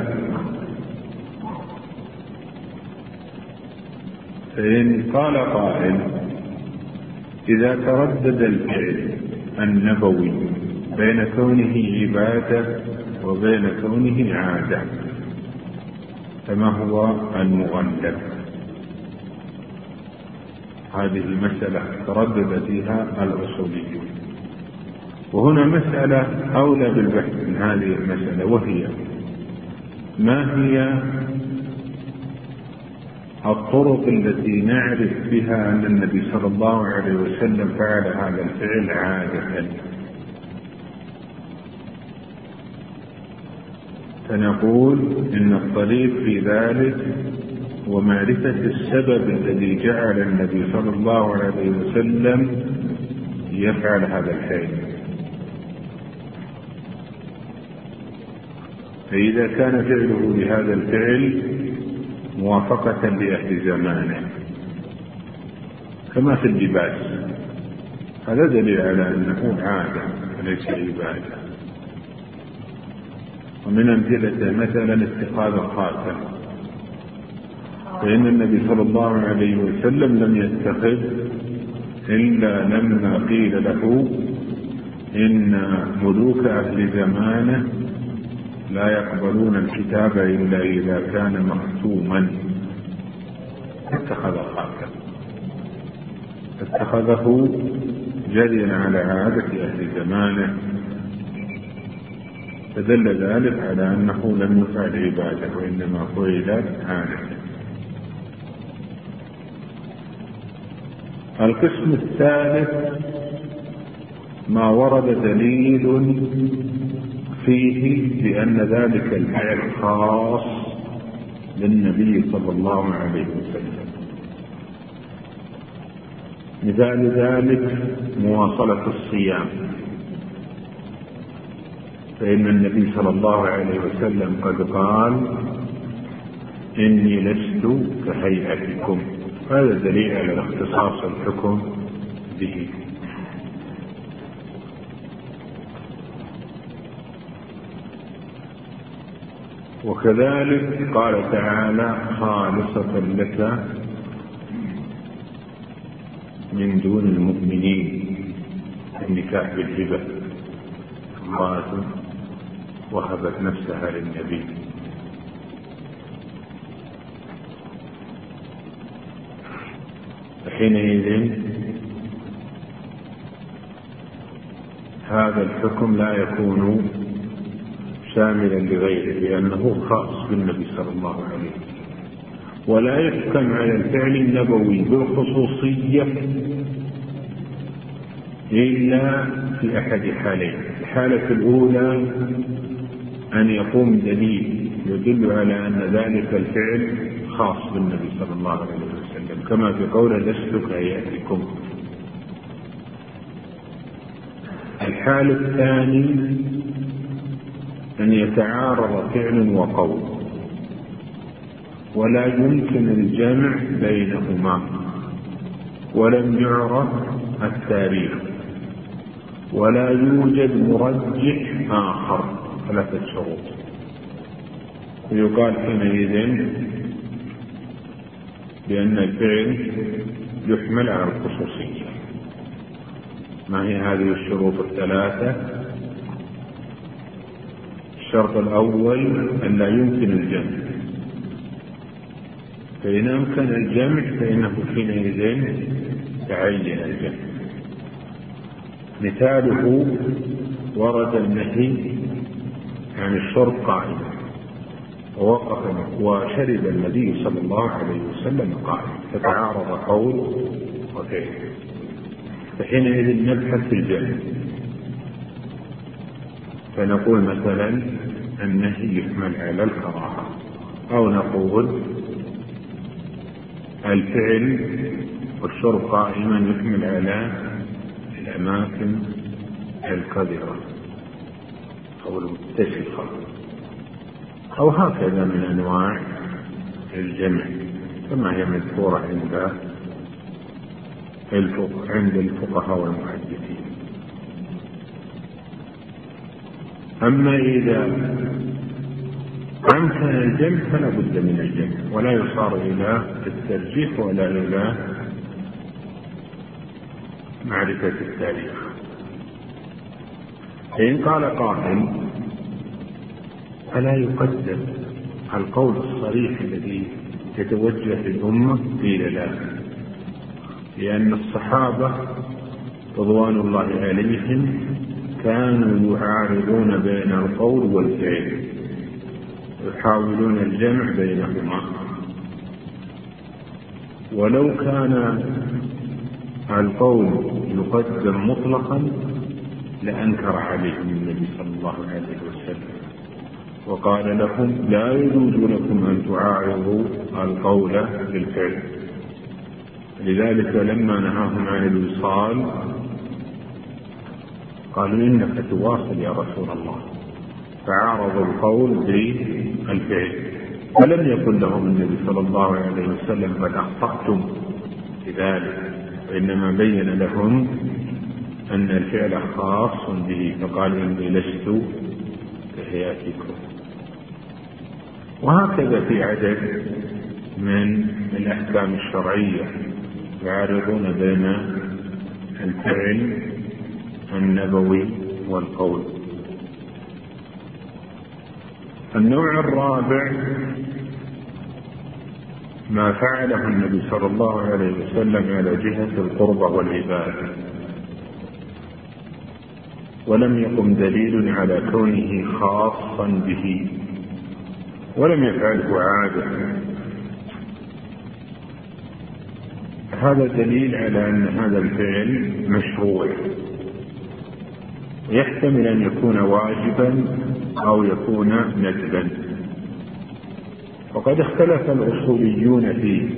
فإن قال قائل إذا تردد الفعل النبوي بين كونه عبادة وبين كونه عادة فما هو المغلب؟ هذه المسألة تردد فيها الأصوليون، وهنا مسألة أولى بالبحث من هذه المسألة، وهي ما هي الطرق التي نعرف بها أن النبي صلى الله عليه وسلم فعل هذا الفعل عادة؟ فنقول إن الطريق في ذلك ومعرفة السبب الذي جعل النبي صلى الله عليه وسلم يفعل هذا الفعل. فإذا كان فعله لهذا الفعل موافقة لأهل زمانه كما في اللباس، هذا دليل على أنه عادة وليس عبادة. ومن أمثلته مثلا اتخاذ الخاتم، فإن النبي صلى الله عليه وسلم لم يتخذ إلا لما قيل له إن ملوك أهل زمانه لا يقبلون الكتاب إلا إذا كان مختوما، اتخذ الخاتم، اتخذه جريا على عادة أهل زمانه، فدل ذلك على أنه لم يفعل عبادة وإنما فعل عادة. القسم الثالث ما ورد دليل فيه بأن ذلك الفعل خاص بالنبي صلى الله عليه وسلم. مثال ذلك مواصلة الصيام، فإن النبي صلى الله عليه وسلم قد قال إني لست كهيئتكم، هذا دليل على اختصاص الحكم به. وكذلك قال تعالى خالصة لك من دون المؤمنين، النكاح بالهبة، امرأة وهبت نفسها للنبي. حينئذ هذا الحكم لا يكون شاملا لغيره لأنه خاص بالنبي صلى الله عليه وسلم، ولا يحكم على الفعل النبوي بالخصوصية إلا في أحد حالين. الحالة الأولى أن يقوم دليل يدل على أن ذلك الفعل خاص بالنبي صلى الله عليه وسلم، كما في قوله لست كهيئتكم. الحالة الثانية أن يتعارض فعل وقول ولا يمكن الجمع بينهما، ولم يعرف التاريخ، ولا يوجد مرجح آخر، ثلاثة شروط. ويقال حينئذ بأن الفعل يحمل على الخصوصية. ما هي هذه الشروط الثلاثة؟ الشرط الأول أن لا يمكن الجمع، فإن أمكن الجمع فإنه حينئذ تعين الجمع. مثاله ورد النهي عن الشرب قائما، ووقف وشرب النبي صلى الله عليه وسلم قائما، فتعارض قول وفعل، فحينئذ نبحث في الجمع، فنقول مثلا النهي يحمل على الكراهة، أو نقول الفعل والشرب قائما يحمل على الأماكن الكبيرة أو المتسخة، أو هكذا من أنواع الجمع كما هي مذكورة عند عند الفقهاء والمحدثين. أما إذا أمكن الجمع فلا بد من الجمع، ولا يصار إلى الترجيح ولا إلى معرفة التاريخ. فإن قال قائل فلا يقدم القول الصريح الذي يتوجه للأمة؟ قيل لا، لأن الصحابة رضوان الله عليهم كانوا يعارضون بين القول والفعل، يحاولون الجمع بينهما، ولو كان القول يقدم مطلقا لأنكر عليهم النبي صلى الله عليه وسلم وقال لهم لا يجوز لكم أن تعارضوا القول بالفعل. لذلك لما نهاهم عن الوصال قالوا إنك تواصل يا رسول الله، فعارضوا القول بالفعل، فلم يقل لهم النبي صلى الله عليه وسلم قد أخطأتم بذلك، وإنما بين لهم أن الفعل خاص به، فقالوا إني لست كهيئتكم. وهكذا في عدد من الأحكام الشرعية يعارضون بين الفعل النبوي والقول. النوع الرابع ما فعله النبي صلى الله عليه وسلم على جهة القربة والعبادة، ولم يقم دليل على كونه خاصا به، ولم يفعله عادة. هذا دليل على أن هذا الفعل مشروع، يحتمل أن يكون واجبا أو يكون ندبا. وقد اختلف الأصوليون فيه،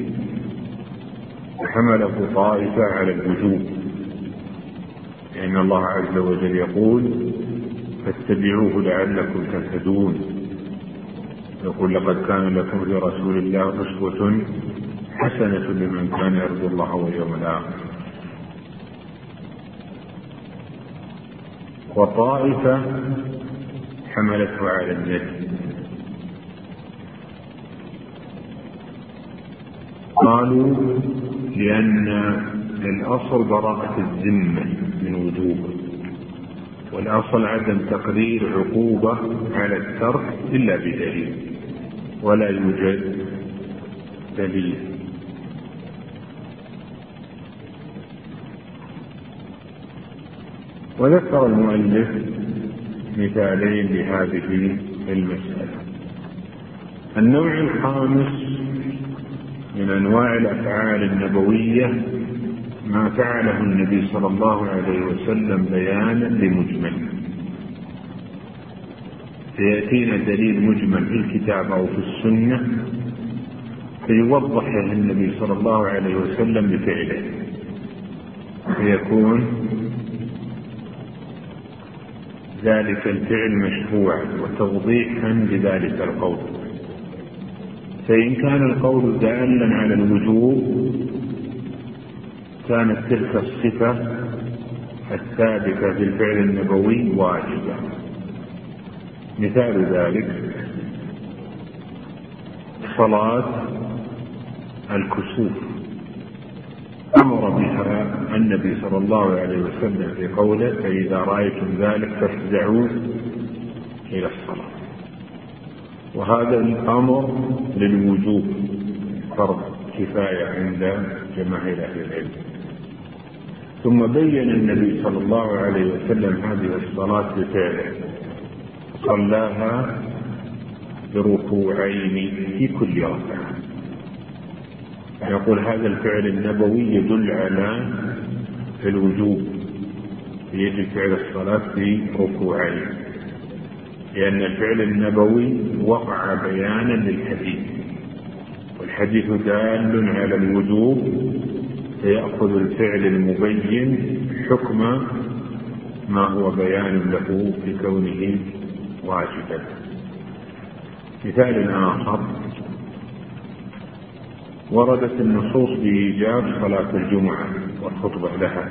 حمله طائفة على الوجوب، لأن الله عز وجل يقول فاتبعوه لعلكم تهتدون، يقول لقد كان لكم في رسول الله أسوة حسنة لمن كان يرجو الله واليوم الآخر. وطائفة حملته على الندب، قالوا لأن الأصل براءة الذمة من وجوبه، والأصل عدم تقرير عقوبة على الترك إلا بدليل، ولا يوجد دليل. وذكر المؤلف مثالين لهذه المسألة. النوع الخامس من أنواع الأفعال النبوية ما فعله النبي صلى الله عليه وسلم بيانا لمجمل، سيأتينا دليل مجمل في الكتاب أو في السنة فيوضحه النبي صلى الله عليه وسلم بفعله، فيكون ذلك الفعل مشروعا وتوضيحا لذلك القول. فإن كان القول دالا على الوجوب كانت تلك الصفة الثابتة في الفعل النبوي واجبة. مثال ذلك صلاة الكسوف أمر بها النبي صلى الله عليه وسلم في قوله فإذا رأيتم ذلك فافزعوا إلى الصلاة، وهذا الأمر للوجوب فرض كفاية عند جماهير أهل العلم. ثم بين النبي صلى الله عليه وسلم هذه الصلاة بفعله، صلاها بركوعين في كل ركعة. يقول هذا الفعل النبوي يدل على الوجوب، يجب فعل الصلاة في ركوعين، لأن الفعل النبوي وقع بيانا للحديث، والحديث دال على الوجوب، فيأخذ الفعل المبين حكم ما هو بيان له بكونه واجبا. مثال آخر: وردت النصوص بإيجاب صلاة الجمعة والخطبة لها،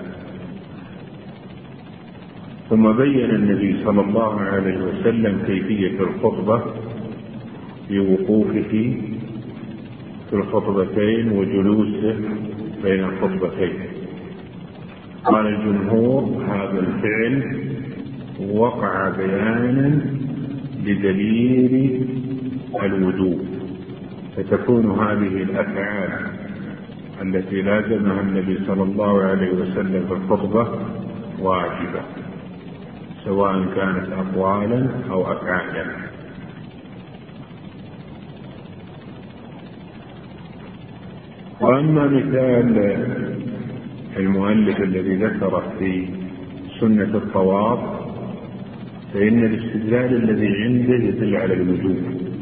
ثم بين النبي صلى الله عليه وسلم كيفية الخطبة بوقوفه في الخطبتين وجلوسه بين الخطبتين. قال الجمهور هذا الفعل وقع بيانا بدليل الوجوب، فتكون هذه الأفعال التي لازمها النبي صلى الله عليه وسلم في الخطبة واجبة، سواء كانت أقوالا أو أفعالا. وأما مثال المؤلف الذي ذكره في سنة الطواف، فإن الاستدلال الذي عنده يدل على الوجوب،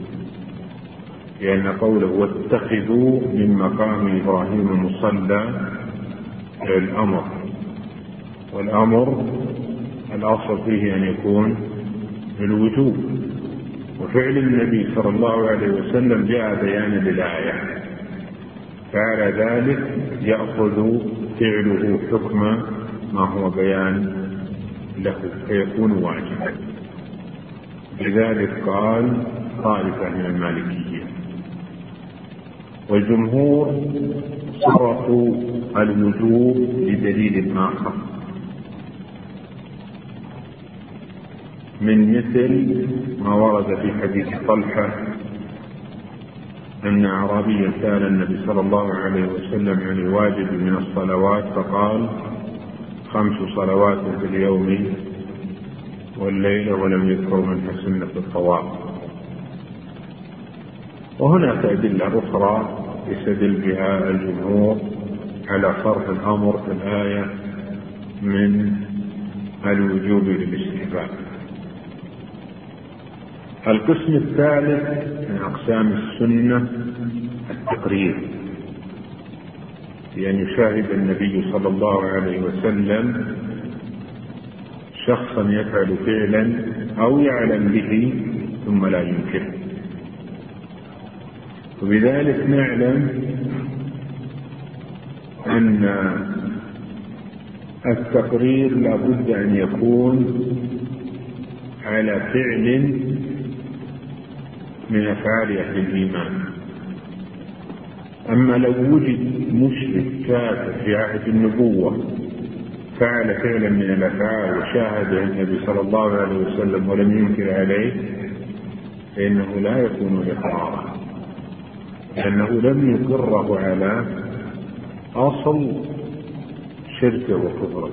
لأن قوله واتخذوا من مقام إبراهيم مصلى الأمر، والأمر الأصل فيه أن يكون الوجوب، وفعل النبي صلى الله عليه وسلم جاء بيانا للآية، فعلى ذلك يأخذ فعله حكم ما هو بيان له فيكون واجبا. لذلك قال طائفة من المالكية. والجمهور صرفوا الوجوب لدليل آخر، من مثل ما ورد في حديث طلحة أن أعرابيا سأل النبي صلى الله عليه وسلم عن الواجب من الصلوات فقال خمس صلوات في اليوم والليلة، ولم يذكر منها سنة الطواف. وهناك أدلة أخرى يستدل بها الجمهور على صرف الأمر في الآية من الوجوب للاستحباب. القسم الثالث من أقسام السنة التقرير، لأن يشاهد النبي صلى الله عليه وسلم شخصا يفعل فعلا أو يعلم به ثم لا ينكره، وبذلك نعلم أن التقرير لا بد أن يكون على فعل من أفعال أهل الإيمان. أما لو وجد مشرك كافر في عهد النبوة فعل فعلا من الأفعال وشاهده النبي صلى الله عليه وسلم ولم ينكر عليه، فإنه لا يكون إقرارا، لأنه لم يقره على أصل شركه وكفره،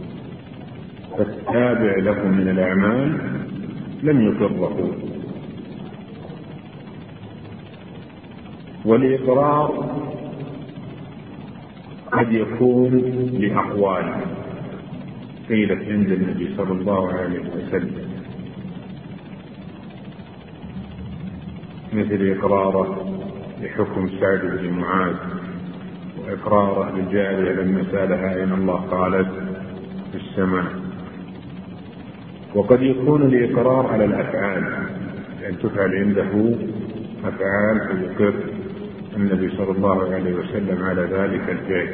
فالتابع له من الأعمال لم يقره. والإقرار قد يكون لأقوال قيلت عند النبي صلى الله عليه وسلم، مثل إقراره بحكم سعد بن معاذ، وإقراره للجارية لما سألها أين الله قالت في السماء. وقد يكون الإقرار على الأفعال، أن تفعل عنده أفعال فيقر النبي صلى الله عليه وسلم على ذلك الفعل،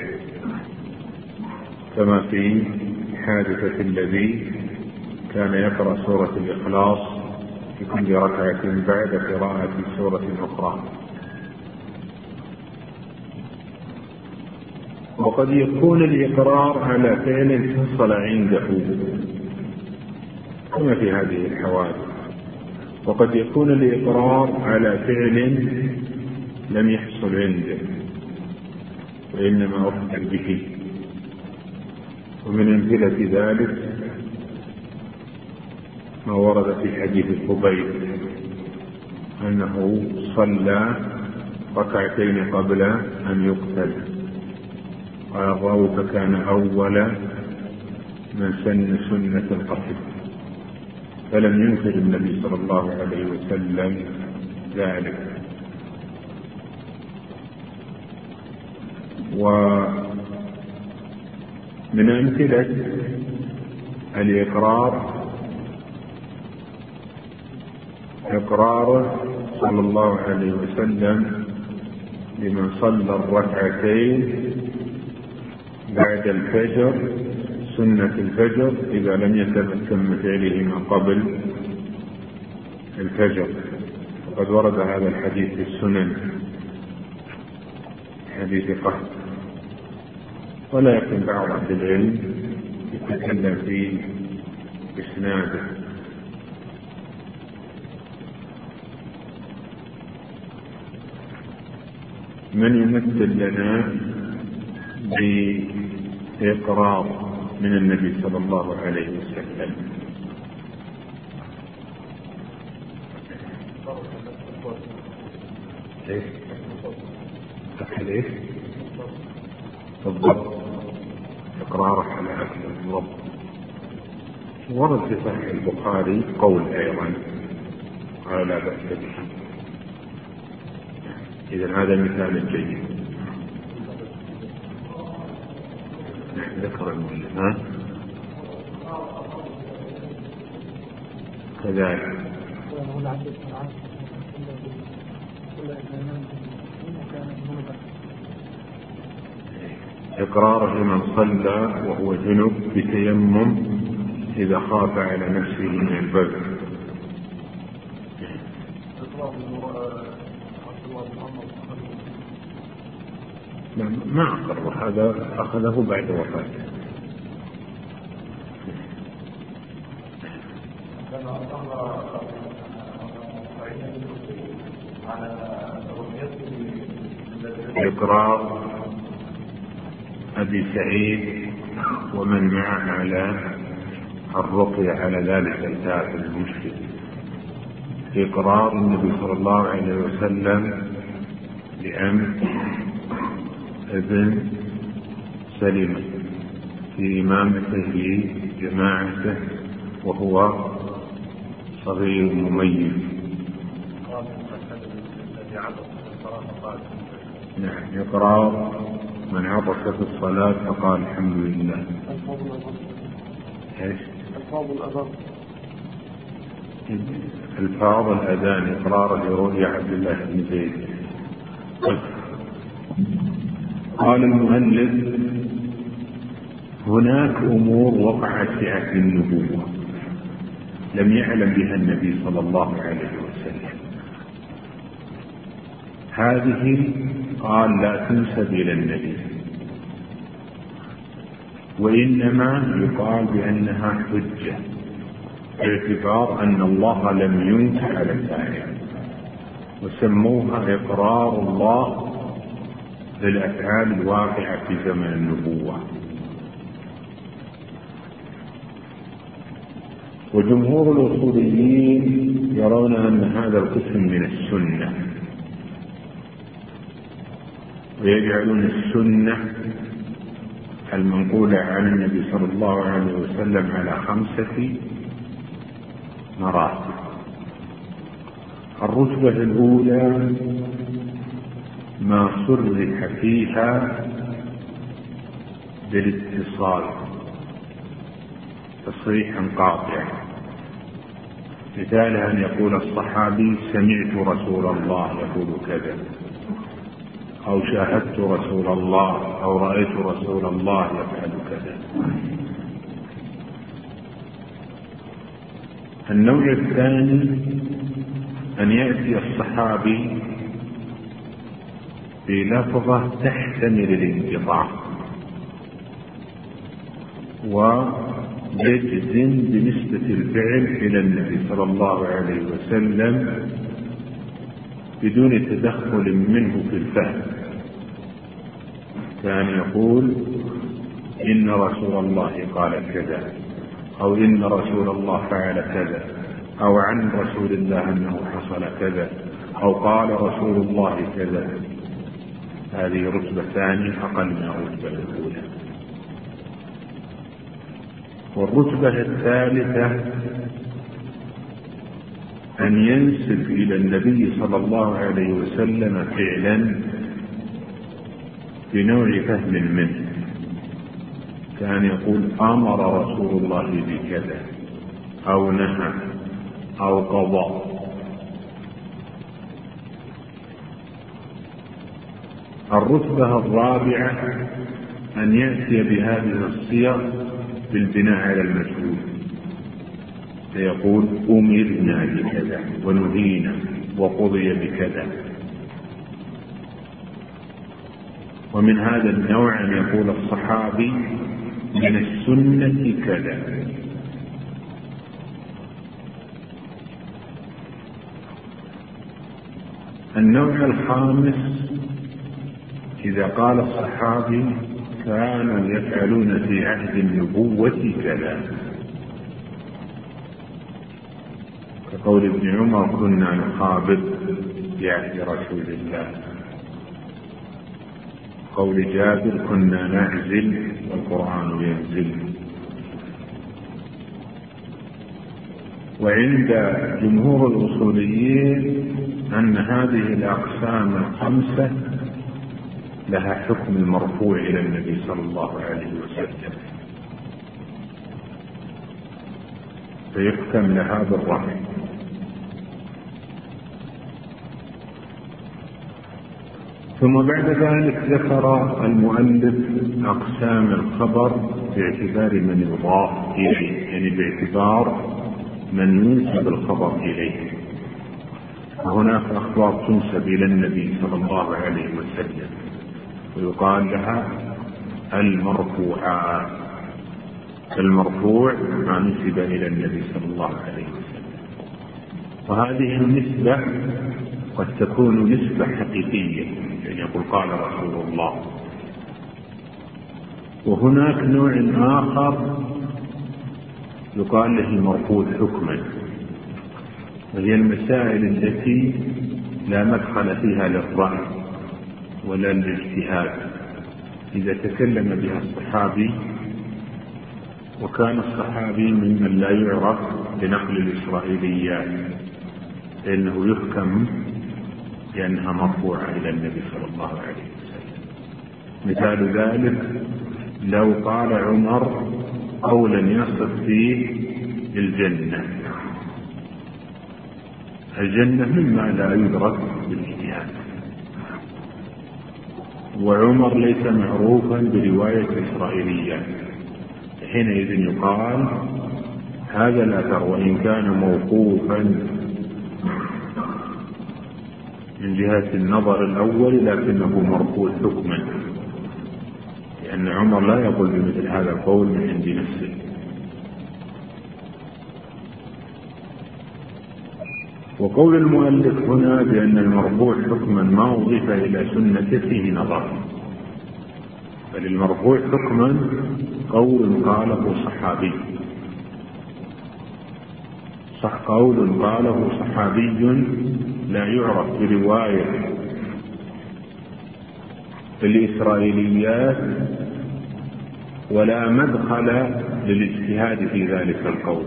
كما في حادثة الذي كان يقرأ سورة الإخلاص في كل ركعة بعد قراءة سورة أخرى. وقد يكون الإقرار على فعل حصل عنده كما في هذه الحوادث، وقد يكون الإقرار على فعل لم يحصل عنده وإنما أخبر به. ومن أمثلة ذلك ما ورد في حديث الخبيب أنه صلى ركعتين قبل أن يقتل. قال الراوي فكان أول من سن سنة القتل، فلم ينكر النبي صلى الله عليه وسلم ذلك. ومن أمثلة الإقرار إقراره صلى الله عليه وسلم لمن صلى الركعتين بعد الفجر سنة الفجر إذا لم يتمكن من فعلهما قبل الفجر. وقد ورد هذا الحديث في السنن، حديث قحط، ولكن بعض أهل العلم يتكلم في إسناده. من يمثل لنا بإقرار من النبي صلى الله عليه وسلم؟ ايش؟ أكل ايش؟ بالضبط، إقراره على أكل الضبط. ورد في صحيح البخاري قول أيضا قال لا بأس به. إذن هذا مثال جيد. ذكر المؤلف ها كذلك. إقراره لمن صلى وهو جنب بتيمم إذا خاف على نفسه من البذل. ما أقر، هذا أخذه بعد وفاته. إقرار أبي سعيد ومن معه على الرقية على ذلك الكافر المشرك. إقرار النبي صلى الله عليه وسلم لأمر ابن سلمة في إمامته لجماعته وهو صغير مميز. نعم، إقرار من عطس في الصلاة فقال الحمد لله. ايش؟ الفاظ الأذان الفاظ الأذان إقرار لرؤيا عبد الله بن زيد. قال المؤلف هناك أمور وقعت في عهد النبوة لم يعلم بها النبي صلى الله عليه وسلم، هذه قال لا تنسب إلى النبي، وإنما يقال بأنها حجة باعتبار أن الله لم ينكر على الفاعل، وسموها إقرار الله بالأفعال الواقعة في زمن النبوة. وجمهور الأصوليين يرون أن هذا القسم من السنة، ويجعلون السنة المنقولة عن النبي صلى الله عليه وسلم على خمسة مراتب. الرتبة الأولى ما صرح فيها بالاتصال تصريحا قاطعا، مثال أن يقول الصحابي سمعت رسول الله يقول كذا، أو شاهدت رسول الله، أو رأيت رسول الله يفعل كذا. النوع الثاني أن يأتي الصحابي بلفظة تحتمل الانقطاع ويجزم بنسبة الفعل إلى النبي صلى الله عليه وسلم بدون تدخل منه في الفهم، كان يقول إن رسول الله قال كذا، أو إن رسول الله فعل كذا، أو عن رسول الله أنه حصل كذا، أو قال رسول الله كذا، هذه رتبة ثانية أقل من الرتبة الأولى. والرتبة الثالثة أن ينسب إلى النبي صلى الله عليه وسلم فعلا بنوع فهم منه، كان يقول أمر رسول الله بكذا أو نهى أو قضى. الرتبة الرابعة أن يأتي بهذه الصيغ بالبناء على المجهول، فيقول أمرنا بكذا ونهينا وقضي بكذا. ومن هذا النوع أن يقول الصحابي من السنة كذا. النوع الخامس إذا قال الصحابي كانوا يفعلون في عهد النبوة كذا، كقول ابن عمر كنا نخابر في عهد رسول الله، قول جابر كنا نعزل والقرآن ينزل. وعند جمهور الأصوليين أن هذه الأقسام الخمسة لها حكم المرفوع إلى النبي صلى الله عليه وسلم، فيحكم لها بالرفع. ثم بعد ذلك ذكر المؤلف أقسام الخبر باعتبار من يضاف إليه، يعني باعتبار من ينسب الخبر إليه. هناك أخبار تنسب إلى النبي صلى الله عليه وسلم ويقال لها المرفوعات. المرفوع ما نسب إلى النبي صلى الله عليه وسلم، وهذه النسبة قد تكون نسبة حقيقية، يعني يقول قال رسول الله. وهناك نوع آخر يقال له المرفوع حكما، وهي المسائل التي لا مدخل فيها للرأي ولا الاجتهاد. إذا تكلم بها الصحابي وكان الصحابي ممن لا يعرف بنقل الإسرائيليات فإنه يحكم لأنها مرفوعة إلى النبي صلى الله عليه وسلم. مثال ذلك لو قال عمر قولا يصف فيه الجنة، الجنة مما لا يدرك بالاجتهاد، وعمر ليس معروفا برواية الإسرائيليات، حينئذ يقال هذا الأثر وإن كان موقوفا من جهة النظر الأول لكنه مرفوع حكما، لأن عمر لا يقول بمثل هذا القول من عند نفسه. وقول المؤلف هنا بأن المرفوع حكما ما أضيف إلى سنة فيه نظر، فللمرفوع حكما قول قاله صحابي، صح قول قاله صحابي لا يعرف برواية الإسرائيليات ولا مدخل للاجتهاد في ذلك القول،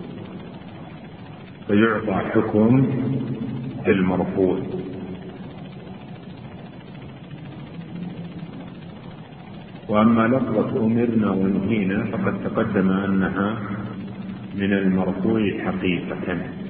فيعطى حكم المرفوع. وأما لفظة أمرنا ونهينا فقد تقدم أنها من المرفوع حقيقة،